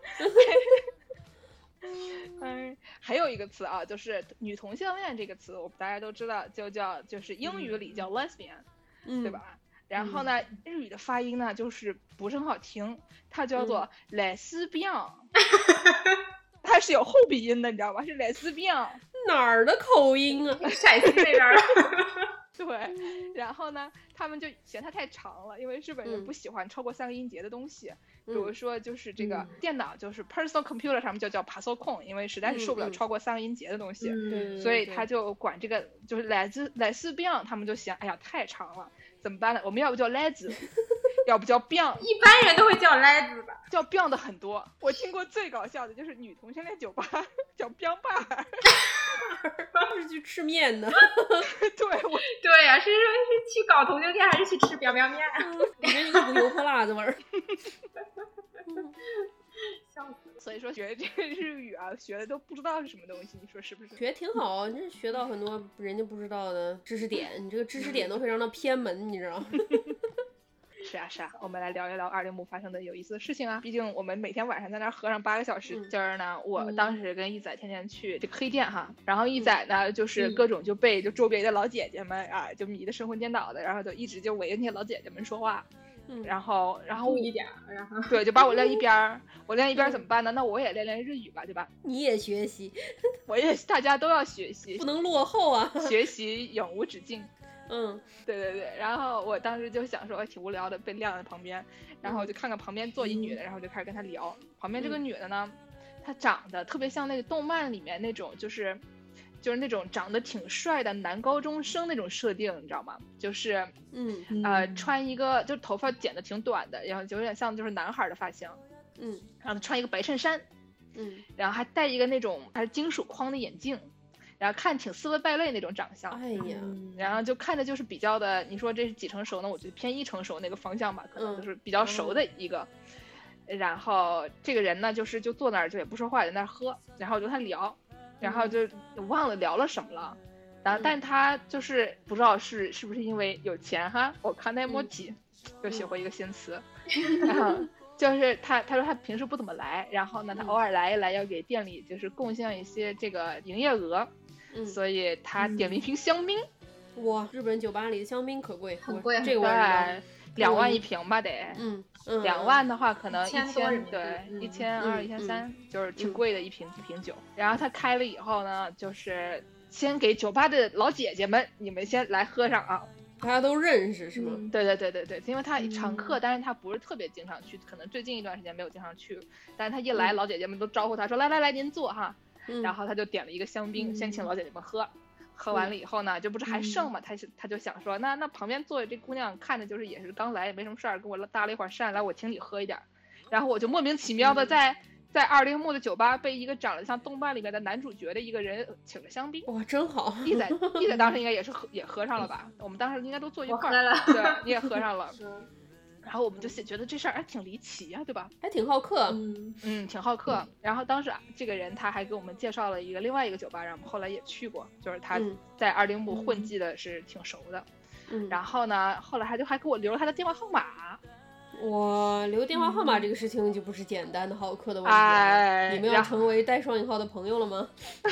嗯，还有一个词啊，就是女同性恋这个词，我们大家都知道，就叫就是英语里叫 lesbian，、嗯、对吧？然后呢，嗯、日语的发音呢，就是不是很好听，它叫做 lesbian，、嗯、它是有后鼻音的，你知道吧？是 lesbian， 哪儿的口音啊？ 陕西那边。 对，然后呢，他们就嫌它太长了，因为日本人不喜欢超过三个音节的东西。嗯比如说就是这个电脑，就是 personal computer 上面就叫 pasokon， 因为实在是受不了超过三个音节的东西， 嗯、 所以他就管这个就是来自来自 biang， 他们就嫌哎呀太长了，怎么办呢？我们要不叫来自，要不叫 biang， 一般人都会叫来自吧， 叫 biang 的很多。我听过最搞笑的就是女同性恋酒吧叫 biang bar， 是去吃面的。 对，我对呀、啊，是是去搞同性恋还是去吃 biang biang 面？ 里面一股油泼辣子味儿。 所以说学这个日语啊，学的都不知道是什么东西，你说是不是？ 学挺好，你学到很多人家不知道的知识点，你这个知识点都非常的偏门，你知道吗？ 是啊是啊，我们来聊一聊二丁目发生的有意思的事情啊。毕竟我们每天晚上在那儿喝上八个小时。嗯、今儿呢，我当时跟一仔天天去这个黑店哈，然后一仔呢、嗯、就是各种就被就周边的老姐姐们啊就迷得神魂颠倒的，然后就一直就围着那些老姐姐们说话。嗯，然后然后一点，然后对，就把我晾一边儿。我晾一边怎么办呢？那我也练练日语吧，对吧？ 你也学习， 我也大家都要学习， 不能落后啊！ 学习永无止境。 嗯， 对对对。然后我当时就想说，挺无聊的，被晾在旁边，然后我就看看旁边坐一女的，然后就开始跟她聊。旁边这个女的呢，她长得特别像那个动漫里面那种，就是。就是那种长得挺帅的男高中生那种设定，你知道吗？就是嗯呃穿一个就头发剪得挺短的，然后就有点像就是男孩的发型， 嗯， 然后穿一个白衬衫， 嗯， 然后还戴一个那种还是金属框的眼镜，然后看挺斯文败类那种长相， 哎呀， 然后就看着就是比较的，你说这是几成熟呢？我觉得偏一成熟那个方向吧，可能就是比较熟的一个。嗯然后这个人呢就是就坐那儿就也不说话，在那儿喝，然后就跟他聊，然后就忘了聊了什么了。然后但他就是不知道是是不是因为有钱哈，我看那摸起就学会一个新词，然后就是他他说他平时不怎么来，然后呢他偶尔来一来要给店里就是贡献一些这个营业额， 嗯， 所以他点了一瓶香槟。 哇，日本酒吧里的香槟可贵， 很贵， 这个我知道。 两万一瓶吧得， 嗯嗯， 两万的话可能一千对一千二一千三，就是挺嗯贵的一瓶一瓶酒。然后他开了以后呢，就是先给酒吧的老姐姐们，你们先来喝上啊。 大家都认识是吗？ 嗯、对对对对对，因为他常客， 嗯、 但是他不是特别经常去，可能最近一段时间没有经常去，但是他一来， 嗯、 老姐姐们都招呼他说来来来您坐哈， 嗯、 然后他就点了一个香槟， 嗯、 先请老姐姐们喝。喝完了以后呢，就不是还剩嘛，他他就想说，那那旁边坐的这姑娘看着就是也是刚来也没什么事儿，跟我搭了一会儿讪，来我请你喝一点，然后我就莫名其妙的在、嗯、在二铃木的酒吧被一个长得像动漫里面的男主角的一个人请了香槟， 哇，真好！ 一仔一仔当时应该也是喝也喝上了吧？我们当时应该都坐一块儿， 对，你也喝上了。然后我们就觉得这事儿还挺离奇呀、啊，对吧？ 还挺好客， 嗯嗯，挺好客。然后当时这个人他还给我们介绍了一个另外一个酒吧，然后我们后来也去过，就是他在二铃木混迹的是挺熟的。 嗯， 然后呢，后来他就还给我留了他的电话号码。 我留电话号码这个事情就不是简单的好客的问题了。 哎， 你们要成为带双引号的朋友了吗？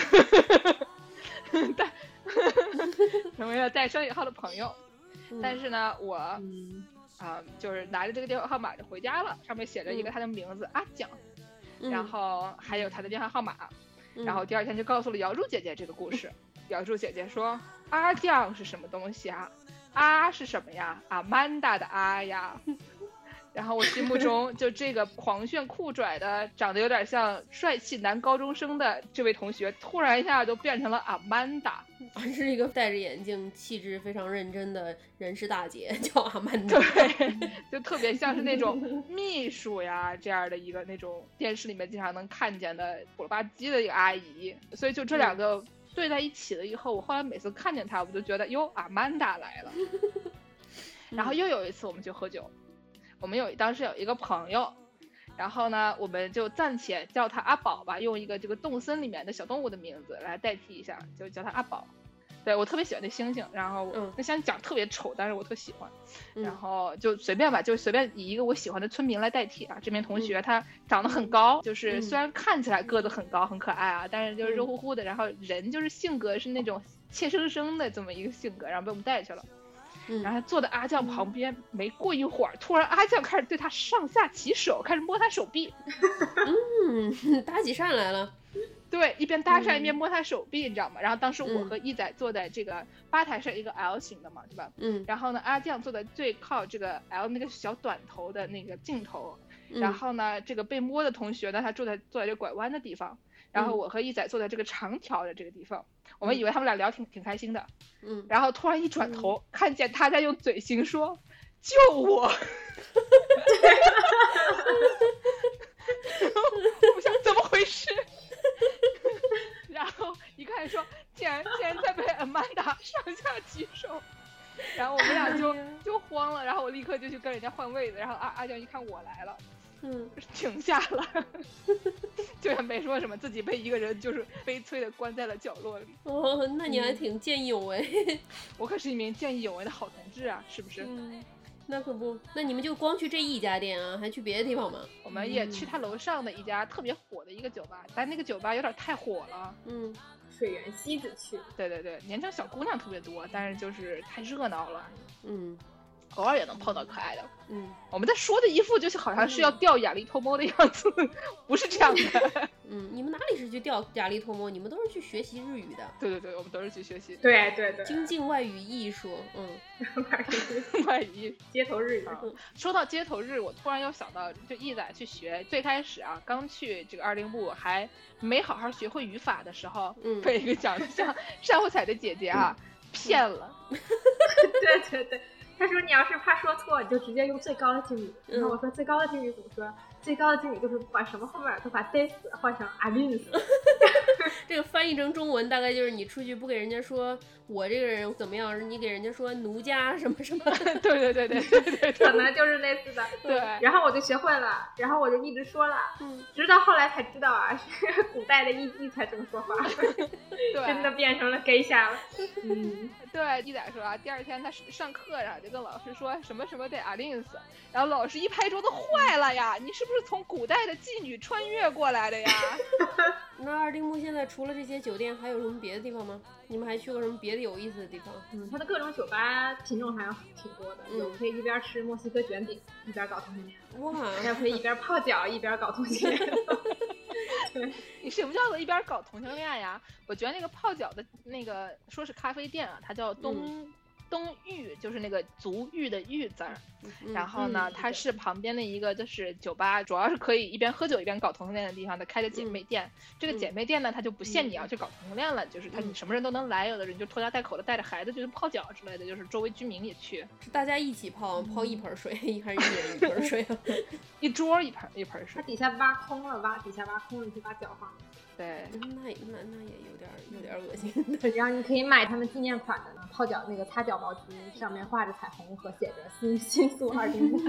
带成为了带双引号的朋友， 嗯、 但是呢，我。 嗯啊、呃，就是拿着这个电话号码就回家了，上面写着一个他的名字、嗯、阿蒋，然后还有他的电话号码、嗯，然后第二天就告诉了姚柱姐姐这个故事。嗯、姚柱姐姐说：“阿蒋是什么东西啊？阿是什么呀？阿曼达的阿呀。”然后我心目中就这个狂炫酷拽的，长得有点像帅气男高中生的这位同学，突然一下就变成了阿曼达， 是一个戴着眼镜、气质非常认真的人事大姐，叫阿曼达。 对，就特别像是那种秘书呀这样的一个那种电视里面经常能看见的虎了吧唧的一个阿姨。所以就这两个对在一起了以后，我后来每次看见她，我就觉得哟，阿曼达来了。然后又有一次我们去喝酒。我们有当时有一个朋友，然后呢，我们就暂且叫他阿宝吧，用一个这个动森里面的小动物的名字来代替一下，就叫他阿宝。对，我特别喜欢那猩猩，然后、嗯、那猩猩长特别丑，但是我特喜欢， 嗯、 然后就随便吧，就随便以一个我喜欢的村民来代替啊。这名同学他长得很高，嗯、就是虽然看起来个子很高很可爱啊，但是就是肉乎乎的，然后人就是性格是那种怯生生的这么一个性格，然后被我们带去了。然后坐在阿酱旁边、嗯，没过一会儿，突然阿酱开始对他上下其手，开始摸他手臂。 嗯，搭起扇来了。 对，一边搭讪一边摸他手臂，嗯、你知道吗？然后当时我和一仔坐在这个吧台上，一个 L 型的嘛，对吧？ 嗯。 然后呢，阿酱坐在最靠这个 L 那个小短头的那个镜头，嗯、然后呢，这个被摸的同学呢，他坐在坐在这拐弯的地方。然后我和一仔坐在这个长条的这个地方，嗯、我们以为他们俩聊挺挺开心的， 嗯， 然后突然一转头，嗯、看见他在用嘴型说：“救我！”我想怎么回事？然后一看说，竟然竟然在被阿曼达上下其手，然后我们俩就就慌了，然后我立刻就去跟人家换位子，然后阿阿酱一看我来了。 嗯， 停下了，就也没说什么，自己被一个人就是悲催的关在了角落里。 哦，那你还挺见义勇为。 嗯、我可是一名见义勇为的好同志啊，是不是？ 嗯，那可不。那你们就光去这一家店啊，还去别的地方吗？ 我们也去他楼上的一家特别火的一个酒吧，但那个酒吧有点太火了。 嗯， 水源西子去。 对对对，年轻小姑娘特别多，但是就是太热闹了。 嗯。 偶尔也能碰到可爱的， 嗯， 我们在说的一副就是好像是要钓雅丽偷摸的样子，嗯、不是这样的。 嗯，你们哪里是去钓雅丽偷摸？你们都是去学习日语的。 对对对，我们都是去学习。 对对对， 精进外语艺术，嗯， 外语街头日语、 嗯。说到街头日，我突然又想到，就一仔去学，最开始啊，刚去这个二零部还没好好学会语法的时候， 嗯， 被一个长得像珊瑚彩的姐姐啊、嗯、骗了。 对对对。他说你要是怕说错，你就直接用最高的敬语。然后我说最高的敬语怎么说？最高的敬语就是把什么后面都把 this 换成 I mean。 这个翻译成中文大概就是你出去不给人家说我这个人怎么样，你给人家说奴家什么什么。 对对对对对对， 可能就是类似的。 对， 然后我就学会了，然后我就一直说了， 嗯， 直到后来才知道啊，是古代的艺妓才这么说话， 对， 真的变成了 gay 下了。嗯， 对，一仔说啊，第二天他上课然后就跟老师说什么什么得阿令斯，然后老师一拍桌子，坏了呀，你是不是从古代的妓女穿越过来的呀？ 那二丁目现在除了这些酒店还有什么别的地方吗？你们还去过什么别的有意思的地方？ 嗯，它的各种酒吧品种还有挺多的， 嗯、 有可以一边吃墨西哥卷饼一边搞同性恋， 哇， 还有可以一边泡脚一边搞同性恋。对， 你什么叫做一边搞同性恋呀？我觉得那个泡脚的那个说是咖啡店啊，它叫东。嗯东玉，就是那个足浴的浴字儿， 嗯、 然后呢、嗯、它是旁边的一个就是酒吧，主要是可以一边喝酒一边搞同性恋的地方，它开的姐妹店、嗯、这个姐妹店呢它就不限你要去搞同性恋了、嗯、就是它你什么人都能来，有的人就拖家带口的带着孩子就去泡脚之类的，就是周围居民也去， 是大家一起泡泡一盆水还是一人一盆水啊？ 一桌一盆一盆水， 它底下挖空了，挖底下挖空了，你可以把脚放。 对， 那那那也有点有点恶心。 然后你可以买他们纪念款的呢，泡脚那个擦脚毛巾上面画着彩虹和写着新新宿二丁目。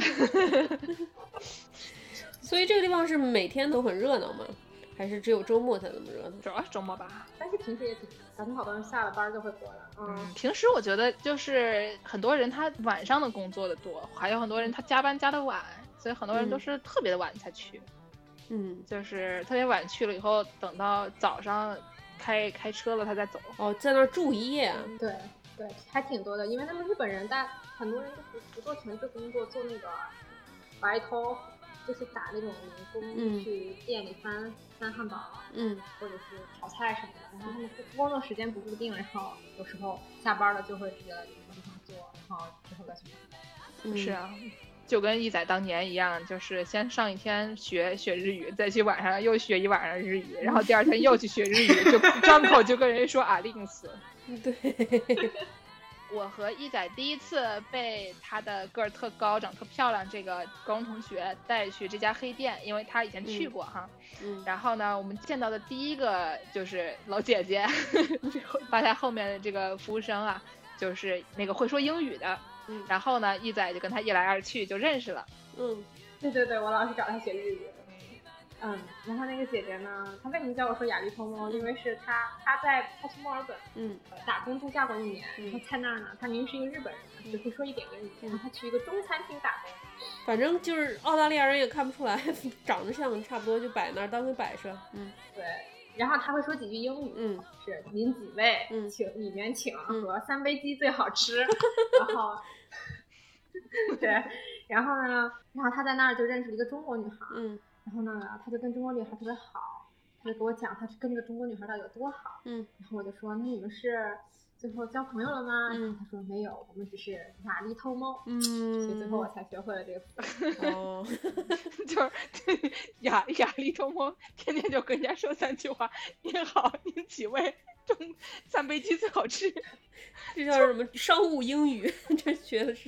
所以这个地方是每天都很热闹吗？还是只有周末才这么热闹？ 主要是周末吧， 但是平时也挺，咱们好多人下了班就会过来。 嗯，平时我觉得就是很多人他晚上的工作的多，还有很多人他加班加的晚，所以很多人都是特别的晚才去。 嗯， 就是特别晚去了以后，等到早上开开车了他再走。 哦，在那儿住一夜啊？ 对对，还挺多的，因为他们日本人，但很多人就不不做全职工作，做那个白头，就是打那种零工， 嗯、 去店里翻翻汉堡， 嗯， 或者是炒菜什么的。然后他们工作时间不固定，然后有时候下班了就会直接来这个地方做，然后之后再去上班。 嗯， 是啊。就跟一仔当年一样，就是先上一天学学日语，再去晚上又学一晚上日语，然后第二天又去学日语，就张口就跟人说阿令斯。 对， 我和一仔第一次被他的个儿特高、长特漂亮这个高中同学带去这家黑店，因为他以前去过哈。 嗯。 然后呢，我们见到的第一个就是老姐姐，吧台后面的这个服务生啊，就是那个会说英语的。 嗯， 然后呢，一仔就跟他一来二去就认识了。 嗯， 对对对，我老是找他学日语。嗯，然后那个姐姐呢，她为什么叫我说雅丽偷猫？因为是她，她在她去墨尔本， 嗯， 打工度假过一年。 嗯， 然后在那儿呢，她明明是一个日本人， 嗯、 只会说一点英语。然后她去一个中餐厅打工， 反正就是澳大利亚人也看不出来，长得像，差不多就摆那儿当个摆设。嗯， 对。然后他会说几句英语， 嗯， 是您几位， 嗯， 请里面请、 嗯、 和三杯鸡最好吃，然后。对，然后呢，然后他在那儿就认识了一个中国女孩， 嗯， 然后呢，他就跟中国女孩特别好，他就给我讲他跟这个中国女孩到底有多好， 嗯， 然后我就说，那你们是最后交朋友了吗？ 嗯， 然后他说没有，我们只是雅丽偷猫， 嗯， 所以最后我才学会了这个词。 哦，就是雅雅丽偷猫，天天就跟人家说三句话，您好，您几位？中三杯鸡最好吃， 这叫什么商务英语？这学的是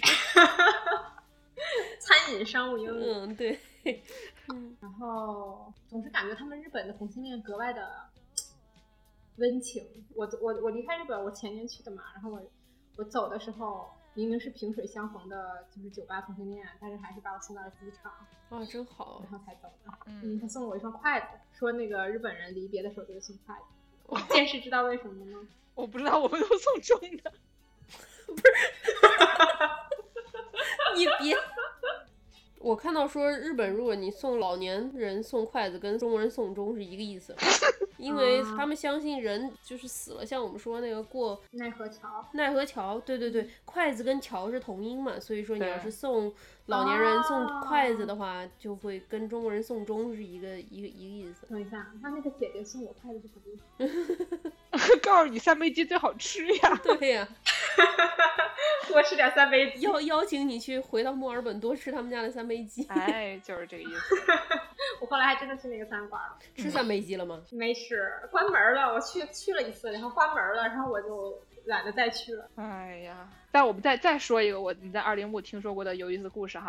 餐饮商务英语。 嗯，对。嗯， 然后总是感觉他们日本的同性恋格外的温情。我我我离开日本，我前年去的嘛，然后我我走的时候，明明是萍水相逢的，就是酒吧同性恋，但是还是把我送到了机场。 啊，真好。 然后才走的。 嗯， 嗯，他送了我一双筷子，说那个日本人离别的时候就会送筷子。我见识知道为什么吗？ 我不知道，我们都送中的。 不是，你别。我看到说日本，如果你送老年人送筷子，跟中国人送钟是一个意思，因为他们相信人就是死了，像我们说那个过奈何桥， 奈何桥，对对对，筷子跟桥是同音嘛，所以说你要是送老年人送筷子的话，就会跟中国人送钟是一个一个一个意思。 等一下，那那个姐姐送我筷子是什么意思？ 告诉你三杯鸡最好吃呀！ 对呀， 多吃点三杯鸡， 邀邀请你去回到墨尔本多吃他们家的三杯鸡。 哎，就是这个意思。 我后来还真的去那个餐馆了， 吃三杯鸡了吗？ 没吃，关门了。我去去了一次，然后关门了，然后我就懒得再去了。 哎呀，但我们再再说一个我你在二零五听说过的有意思的故事哈。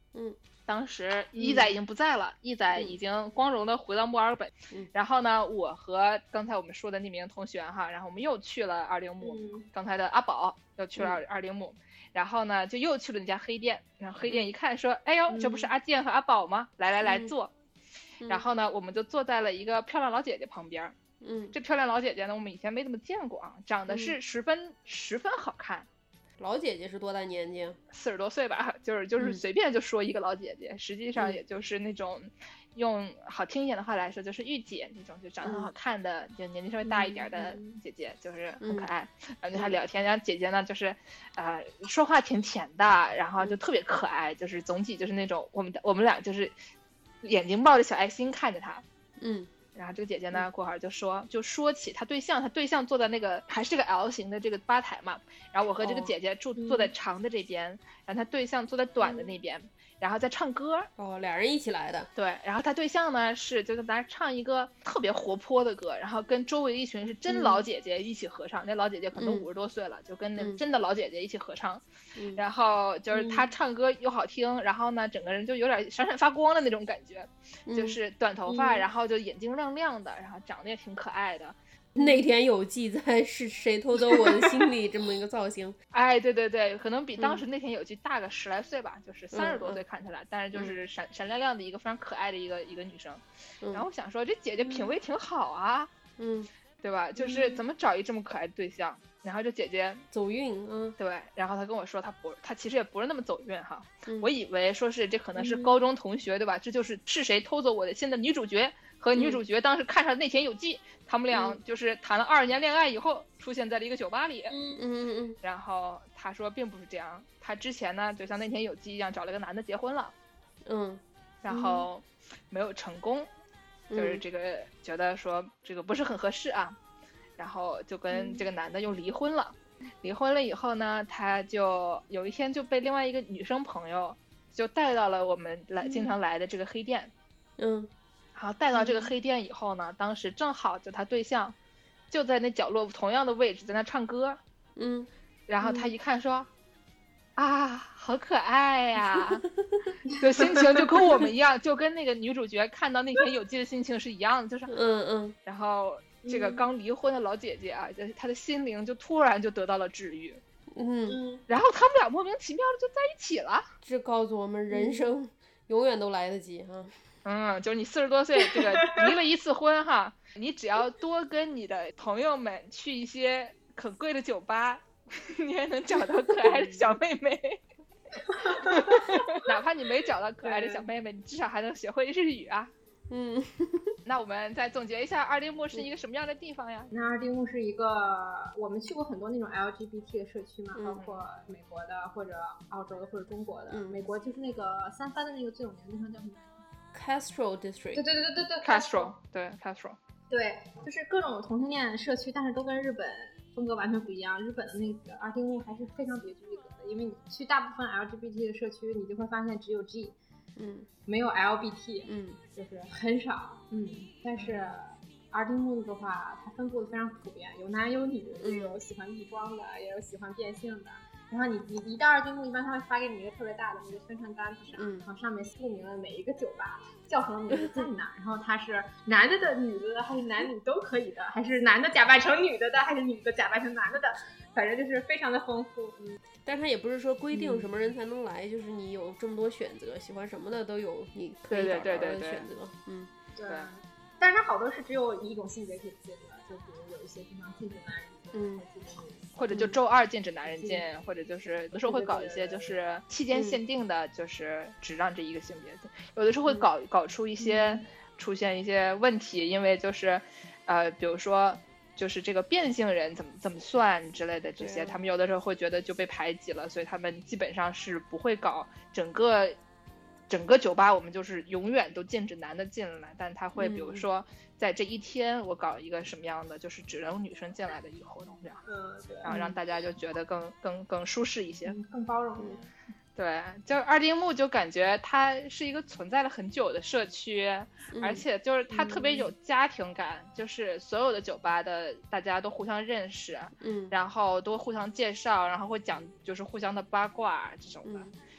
嗯， 当时一仔已经不在了，一仔已经光荣的回到墨尔本。 嗯， 然后呢，我和刚才我们说的那名同学哈，然后我们又去了二丁目， 嗯、 刚才的阿宝又去了二二丁目。然后呢，就又去了那家黑店，然后黑店一看说，哎呦，这不是阿健和阿宝吗？来来来坐。然后呢，我们就坐在了一个漂亮老姐姐旁边。 嗯， 这漂亮老姐姐呢，我们以前没怎么见过啊，长得是十分、嗯、十分好看。 老姐姐是多大年纪？ 四十多岁吧，就是就是随便就说一个老姐姐，嗯、实际上也就是那种。用好听一点的话来说，就是御姐那种，就长得很好看的，嗯、就年纪稍微大一点的姐姐，嗯、就是很可爱。嗯、然后跟她聊天，然后姐姐呢，就是，呃，说话挺甜的，然后就特别可爱，就是总体就是那种我们我们俩就是眼睛冒着小爱心看着她。 嗯。 然后这个姐姐呢，过会儿就说，就说起她对象，她对象坐在那个还是个 L 型的这个吧台嘛，然后我和这个姐姐住、哦、坐在长的这边，嗯、然后她对象坐在短的那边。嗯然后在唱歌哦，俩人一起来的。 对，然后他对象呢是就是在唱一个特别活泼的歌，然后跟周围一群是真老姐姐一起合唱，嗯、那老姐姐可能五十多岁了，嗯、就跟那真的老姐姐一起合唱，嗯、然后就是他唱歌又好听，嗯、然后呢整个人就有点闪闪发光的那种感觉，嗯、就是短头发，嗯、然后就眼睛亮亮的，然后长得也挺可爱的。 内田有纪在是谁偷走我的心里这么一个造型， 哎，对对对，可能比当时内田有纪大个十来岁吧，嗯、就是三十多岁看起来，嗯、但是就是闪、嗯、闪亮亮的一个非常可爱的一个一个女生。嗯、然后我想说，这姐姐品味挺好啊， 嗯， 对吧？就是怎么找一这么可爱的对象？然后这姐姐走运，嗯， 对，然后她跟我说，她不，她其实也不是那么走运哈。 嗯、 我以为说是这可能是高中同学，嗯、对吧？这就是是谁偷走我的心的女主角。和女主角当时看上内田有纪，嗯、他们俩就是谈了二十年恋爱以后，出现在了一个酒吧里。 嗯嗯嗯。 然后他说并不是这样，他之前呢就像内田有纪一样找了个男的结婚了。 嗯。 然后没有成功， 嗯、 就是这个觉得说这个不是很合适啊，然后就跟这个男的又离婚了。嗯、离婚了以后呢，他就有一天就被另外一个女生朋友就带到了我们来、嗯、经常来的这个黑店。 嗯。 然后带到这个黑店以后呢，当时正好就他对象就在那角落同样的位置在那唱歌。 嗯。 然后他一看说，嗯、啊，好可爱呀，啊，就心情就跟我们一样，就跟那个女主角看到内田有纪的心情是一样的，就是嗯嗯。 然后这个刚离婚的老姐姐啊，就是她的心灵就突然就得到了治愈。 嗯。 然后他们俩莫名其妙的就在一起了。 这告诉我们，人生永远都来得及哈。 嗯，就是你四十多岁，这个离了一次婚哈，你只要多跟你的朋友们去一些很贵的酒吧，你也能找到可爱的小妹妹。哪怕你没找到可爱的小妹妹，你至少还能学会日语啊。 嗯。 那我们再总结一下，二丁目是一个什么样的地方呀？ 那二丁目是一个，我们去过很多那种 L G B T 的社区嘛， 嗯、 包括美国的或者澳洲的或者中国的。 嗯、 美国就是那个三藩的那个最有名的地方叫什么 ？Castro District。 对对对对对 Castro 对 Castro。 对，就是各种同性恋社区，但是都跟日本风格完全不一样。日本的那个二丁目还是非常别具一格的，因为你去大部分 L G B T 的社区，你就会发现只有 G。 嗯， 没有 L B T， 嗯， 就是很少，嗯，但是二丁目的话，它分布的非常普遍，有男有女，有喜欢异装的，也有喜欢变性的。然后你你一到二丁目，一般他会发给你一个特别大的那个宣传单子上， 嗯， 然后上面注明了每一个酒吧叫什么名字在哪，然后它是男的的、女的的，还是男女都可以的，还是男的假扮成女的的，还是女的假扮成男的的，反正就是非常的丰富。嗯， 但它也不是说规定什么人才能来，嗯、就是你有这么多选择，喜欢什么的都有，你可以找到的选择。嗯， 对。但是它好多是只有一种性别可以进的，就比如有一些地方禁止男人进， 嗯， 或者就周二禁止男人进，嗯、或者就是有的时候会搞一些就是期间限定的，嗯、就是只让这一个性别进，有的时候会搞、嗯、搞出一些、嗯、出现一些问题，因为就是呃，比如说就是这个变性人怎么怎么算之类的这些，他们有的时候会觉得就被排挤了，所以他们基本上是不会搞整个。整个酒吧我们就是永远都禁止男的进来，但他会比如说在这一天我搞一个什么样的，就是只能女生进来的一个活动这样， 嗯，对， 然后让大家就觉得更更更舒适一些， 嗯、更包容一点。 对，就二丁目就感觉它是一个存在了很久的社区， 嗯、 而且就是它特别有家庭感，嗯、就是所有的酒吧的大家都互相认识， 嗯， 然后都互相介绍，然后会讲就是互相的八卦这种的。嗯，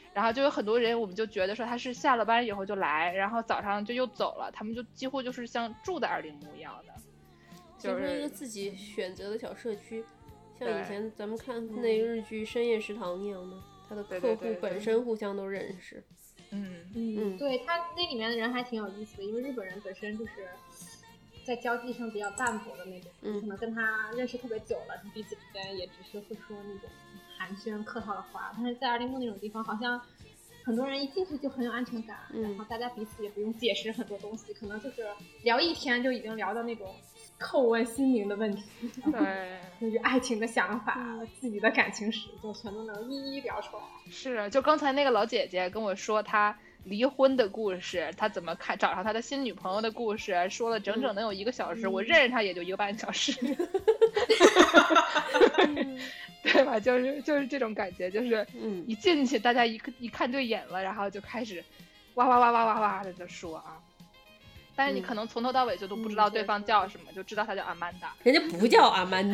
然后就有很多人我们就觉得说他是下了班以后就来，然后早上就又走了，他们就几乎就是像住在二丁目一样的，就是一个自己选择的小社区，像以前咱们看那日剧《深夜食堂》一样的，他的客户本身互相都认识。 嗯嗯，对，他那里面的人还挺有意思的，因为日本人本身就是在交际上比较淡薄的那种，嗯、可能跟他认识特别久了，彼此之间也只是会说那种寒暄客套的话。但是在二丁目那种地方，好像很多人一进去就很有安全感，嗯、然后大家彼此也不用解释很多东西，可能就是聊一天就已经聊到那种叩问心灵的问题， 对， 就是爱情的想法、嗯、自己的感情史，就全都能一一聊出来。 是，就刚才那个老姐姐跟我说她离婚的故事，她怎么看找上她的新女朋友的故事，说了整整能有一个小时，嗯、我认识她也就一个半小时，对吧？就是就是这种感觉，就是一进去大家一一看对眼了，然后就开始哇哇哇哇哇哇的就说啊。但是你可能从头到尾就都不知道对方叫什么，嗯、就知道他叫阿曼达。 人家不叫阿曼达，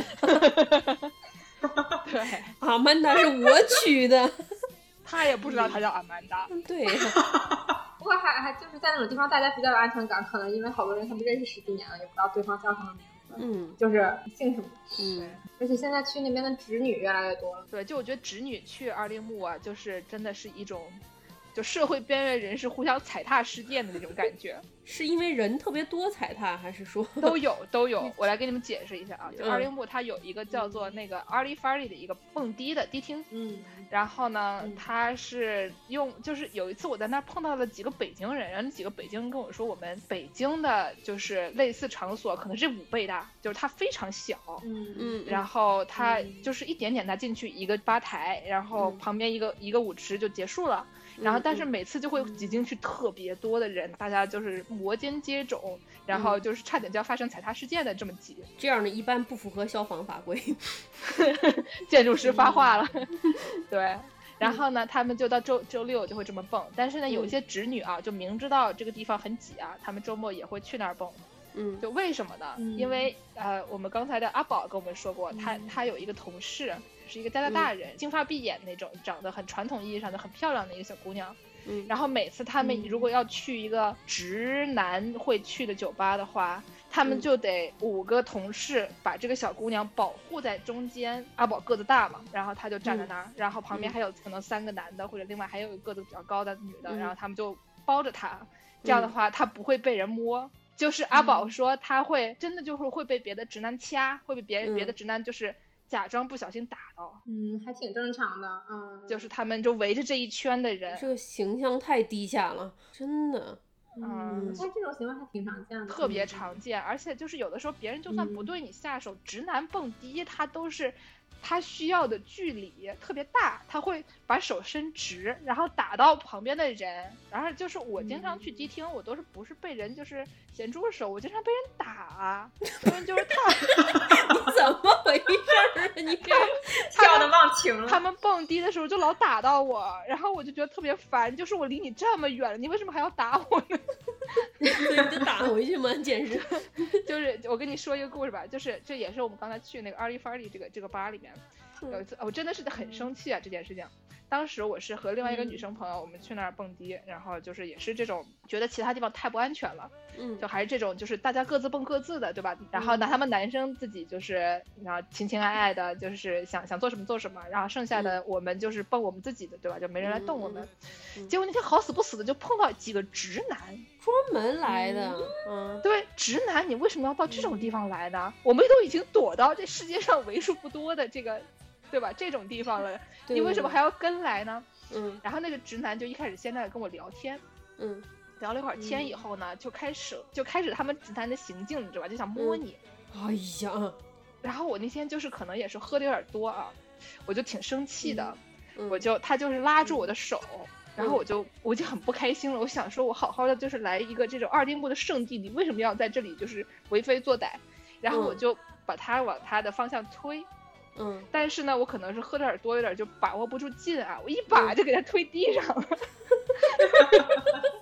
对， 阿曼达是我取的， 他也不知道他叫阿曼达。 对， 不过还还就是在那种地方，大家比较有安全感，可能因为好多人他们认识十几年了，也不知道对方叫什么名字，嗯，就是姓什么， 嗯。 而且现在去那边的侄女越来越多了。 对，就我觉得侄女去二丁目啊，就是真的是一种。就社会边缘人士互相踩踏事件的那种感觉， 是因为人特别多踩踏，还是说都有都有？我来给你们解释一下啊，就二丁目它有一个叫做那个 Arlie Farley 的一个蹦迪的迪厅， 嗯， 然后呢，它是用就是有一次我在那儿碰到了几个北京人，然后那几个北京人跟我说，我们北京的就是类似场所可能是五倍大，就是它非常小， 嗯嗯， 然后它就是一点点，它进去一个吧台，然后旁边一个一个舞池就结束了。然后但是每次就会挤进去特别多的人，嗯、大家就是摩肩接踵，然后就是差点就要发生踩踏事件的这么挤， 这样的一般不符合消防法规。 建筑师发话了。对，然后呢他们就到周周六就会这么蹦，但是呢有一些侄女啊就明知道这个地方很挤啊，他们周末也会去那儿蹦。 嗯， 就为什么呢？ 嗯、 因为呃我们刚才的阿宝跟我们说过，他、嗯、他有一个同事是一个加拿大人，嗯、金发碧眼那种，长得很传统意义上的很漂亮的一个小姑娘。 嗯， 然后每次他们如果要去一个直男会去的酒吧的话，嗯、他们就得五个同事把这个小姑娘保护在中间。阿宝个子大嘛，然后他就站在那儿，嗯、然后旁边还有可能三个男的，或者另外还有一个个子比较高的女的，嗯、然后他们就包着她，这样的话她不会被人摸。就是阿宝说他会真的就是会被别的直男掐，会被别人、嗯、别的直男就是假装不小心打到。 嗯，还挺正常的。嗯， 就是他们就围着这一圈的人， 这个形象太低下了，真的。 嗯，但这种行为还挺常见的， 特别常见。而且就是有的时候别人就算不对你下手，嗯、直男蹦迪他都是他需要的距离特别大，他会把手伸直，然后打到旁边的人。然后就是我经常去迪厅，嗯、我都是不是被人就是咸猪手，我经常被人打啊，因为就是他你怎么回事啊？你这跳的忘情了。 他们蹦迪的时候就老打到我，然后我就觉得特别烦，就是我离你这么远了，你为什么还要打我呢？ 所以你就打回去嘛，简直。 就是我跟你说一个故事吧，就是这也是我们刚才去那个 Arlie Farley 这个这个吧里面，有一次我真的是很生气啊、嗯、这件事情。当时我是和另外一个女生朋友，嗯、我们去那儿蹦迪，然后就是也是这种觉得其他地方太不安全了， 嗯， 就还是这种就是大家各自蹦各自的，对吧？然后呢，他们男生自己就是然后情情爱爱的，就是想想做什么做什么，然后剩下的我们就是蹦我们自己的，对吧？就没人来动我们。嗯、结果那天好死不死的就碰到几个直男， 专门来的，嗯， 对，直男，你为什么要到这种地方来呢？我们都已经躲到这世界上为数不多的这个。对吧？这种地方了，你为什么还要跟来呢？ 嗯， 然后那个直男就一开始先在跟我聊天， 嗯， 聊了一会儿天以后呢，嗯、就开始就开始他们直男的行径，你知道吧？就想摸你。 嗯、哎呀， 然后我那天就是可能也是喝的有点多啊，我就挺生气的， 嗯、 我就他就是拉住我的手，嗯、然后我就我就很不开心了，我想说我好好的就是来一个这种二丁目的圣地，你为什么要在这里就是为非作歹？然后我就把他往他的方向推。 嗯， 但是呢，我可能是喝点多，有点就把握不住劲啊，我一把就给他推地上了。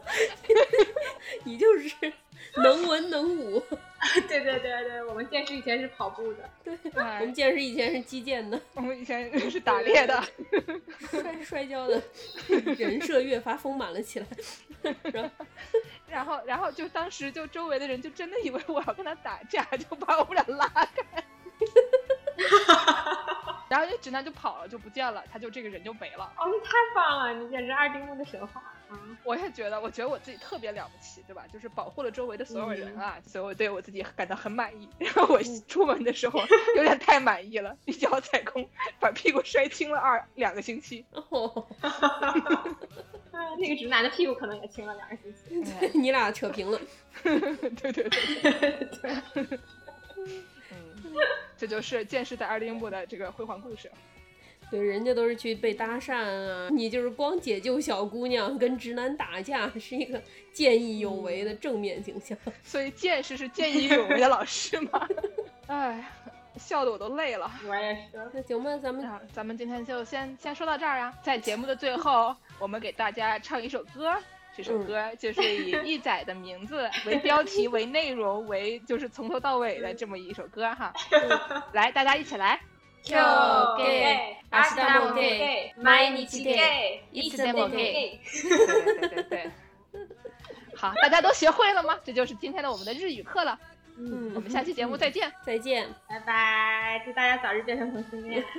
你就是能文能武。 对对对对，我们见识以前前是跑步的， 对，我们剑士以前是击剑的， 我们以前是打猎的， 摔摔跤的，人设越发丰满了起来。然后， 然后，然后就当时就周围的人就真的以为我要跟他打架，就把我们俩拉开。然后那直男就跑了，就不见了，他就这个人就没了。 哦，你太棒了，你简直二丁目的神话。嗯， 我也觉得，我觉得我自己特别了不起，对吧？就是保护了周围的所有人啊，嗯、所以我对我自己感到很满意。然后我出门的时候有点太满意了，一脚踩空，把屁股摔青了二两个星期。哦， 那个直男的屁股可能也青了两个星期。 对，你俩扯平了。 对对对对。对嗯，这就是剑士在二丁目的这个辉煌故事。 对，人家都是去被搭讪啊，你就是光解救小姑娘跟直男打架，是一个见义勇为的正面形象。 嗯、所以剑士是见义勇为的老师吗？哎，笑得我都累了。 我也是。 那行吧，咱们、 啊、咱们今天就先先说到这儿啊。在节目的最后，我们给大家唱一首歌。这首歌就是以一仔的名字为标题为内容为就是从頭到尾的这么一首歌哈。嗯、来，大家一起来。 今日ゲイ、明日もゲイ、毎日ゲイ、いつでもゲイ。 对对对对。好，大家都学会了吗？这就是今天的我们的日语课了。嗯，我们下期节目再见。 嗯、再见， 拜拜！祝大家早日变成同性恋。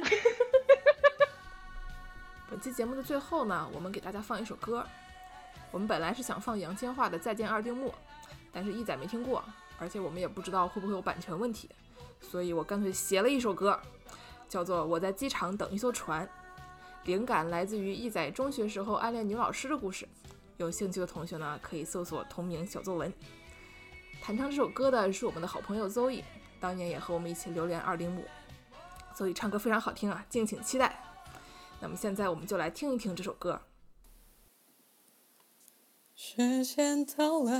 本期节目的最后呢，我们给大家放一首歌。我们本来是想放杨千嬅的《再见二丁目》，但是一仔没听过，而且我们也不知道会不会有版权问题，所以我干脆写了一首歌，叫做《我在机场等一艘船》，灵感来自于一仔中学时候暗恋女老师的故事。有兴趣的同学呢，可以搜索同名小作文。弹唱这首歌的是我们的好朋友 Zoe， 当年也和我们一起流连二丁目。Zoe 唱歌非常好听啊，敬请期待。那么现在我们就来听一听这首歌。 时间到了，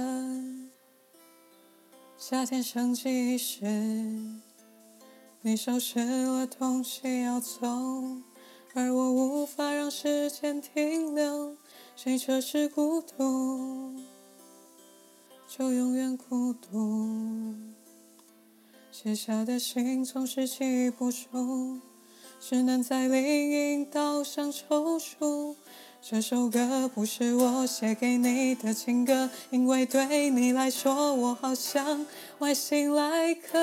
夏天升级时，你收拾了东西要走，而我无法让时间停留。谁这是孤独，就永远孤独。写下的信总是记不住，只能在林荫道上抽搐。这首歌不是我写给你的情歌，因为对你来说我好像外星来客。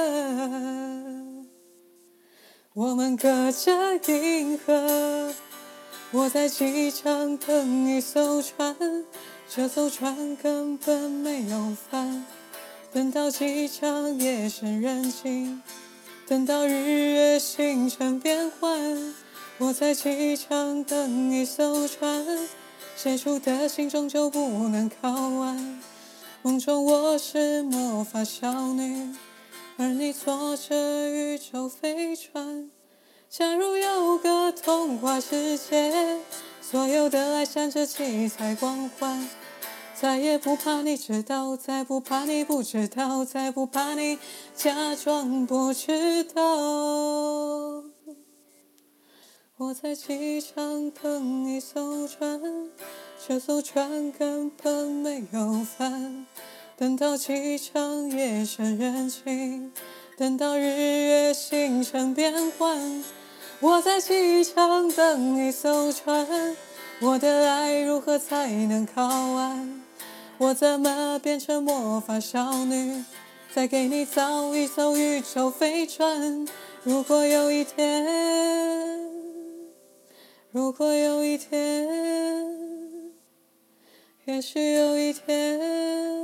我们隔着银河，我在机场等一艘船，这艘船根本没有翻。等到机场夜深人静，等到日月星辰变换，我在机场等一艘船，写出的信终究不能考完。梦中我是魔法少女，而你坐着宇宙飞船。假如有个童话世界，所有的爱闪着七彩光环，再也不怕你知道，再不怕你不知道，再不怕你假装不知道。我在机场等一艘船，这艘船根本没有翻。等到机场夜深人静，等到日月星辰变换，我在机场等一艘船。我的爱如何才能考完？我怎么变成魔法少女，再给你造一艘宇宙飞船？如果有一天，如果有一天，也许有一天。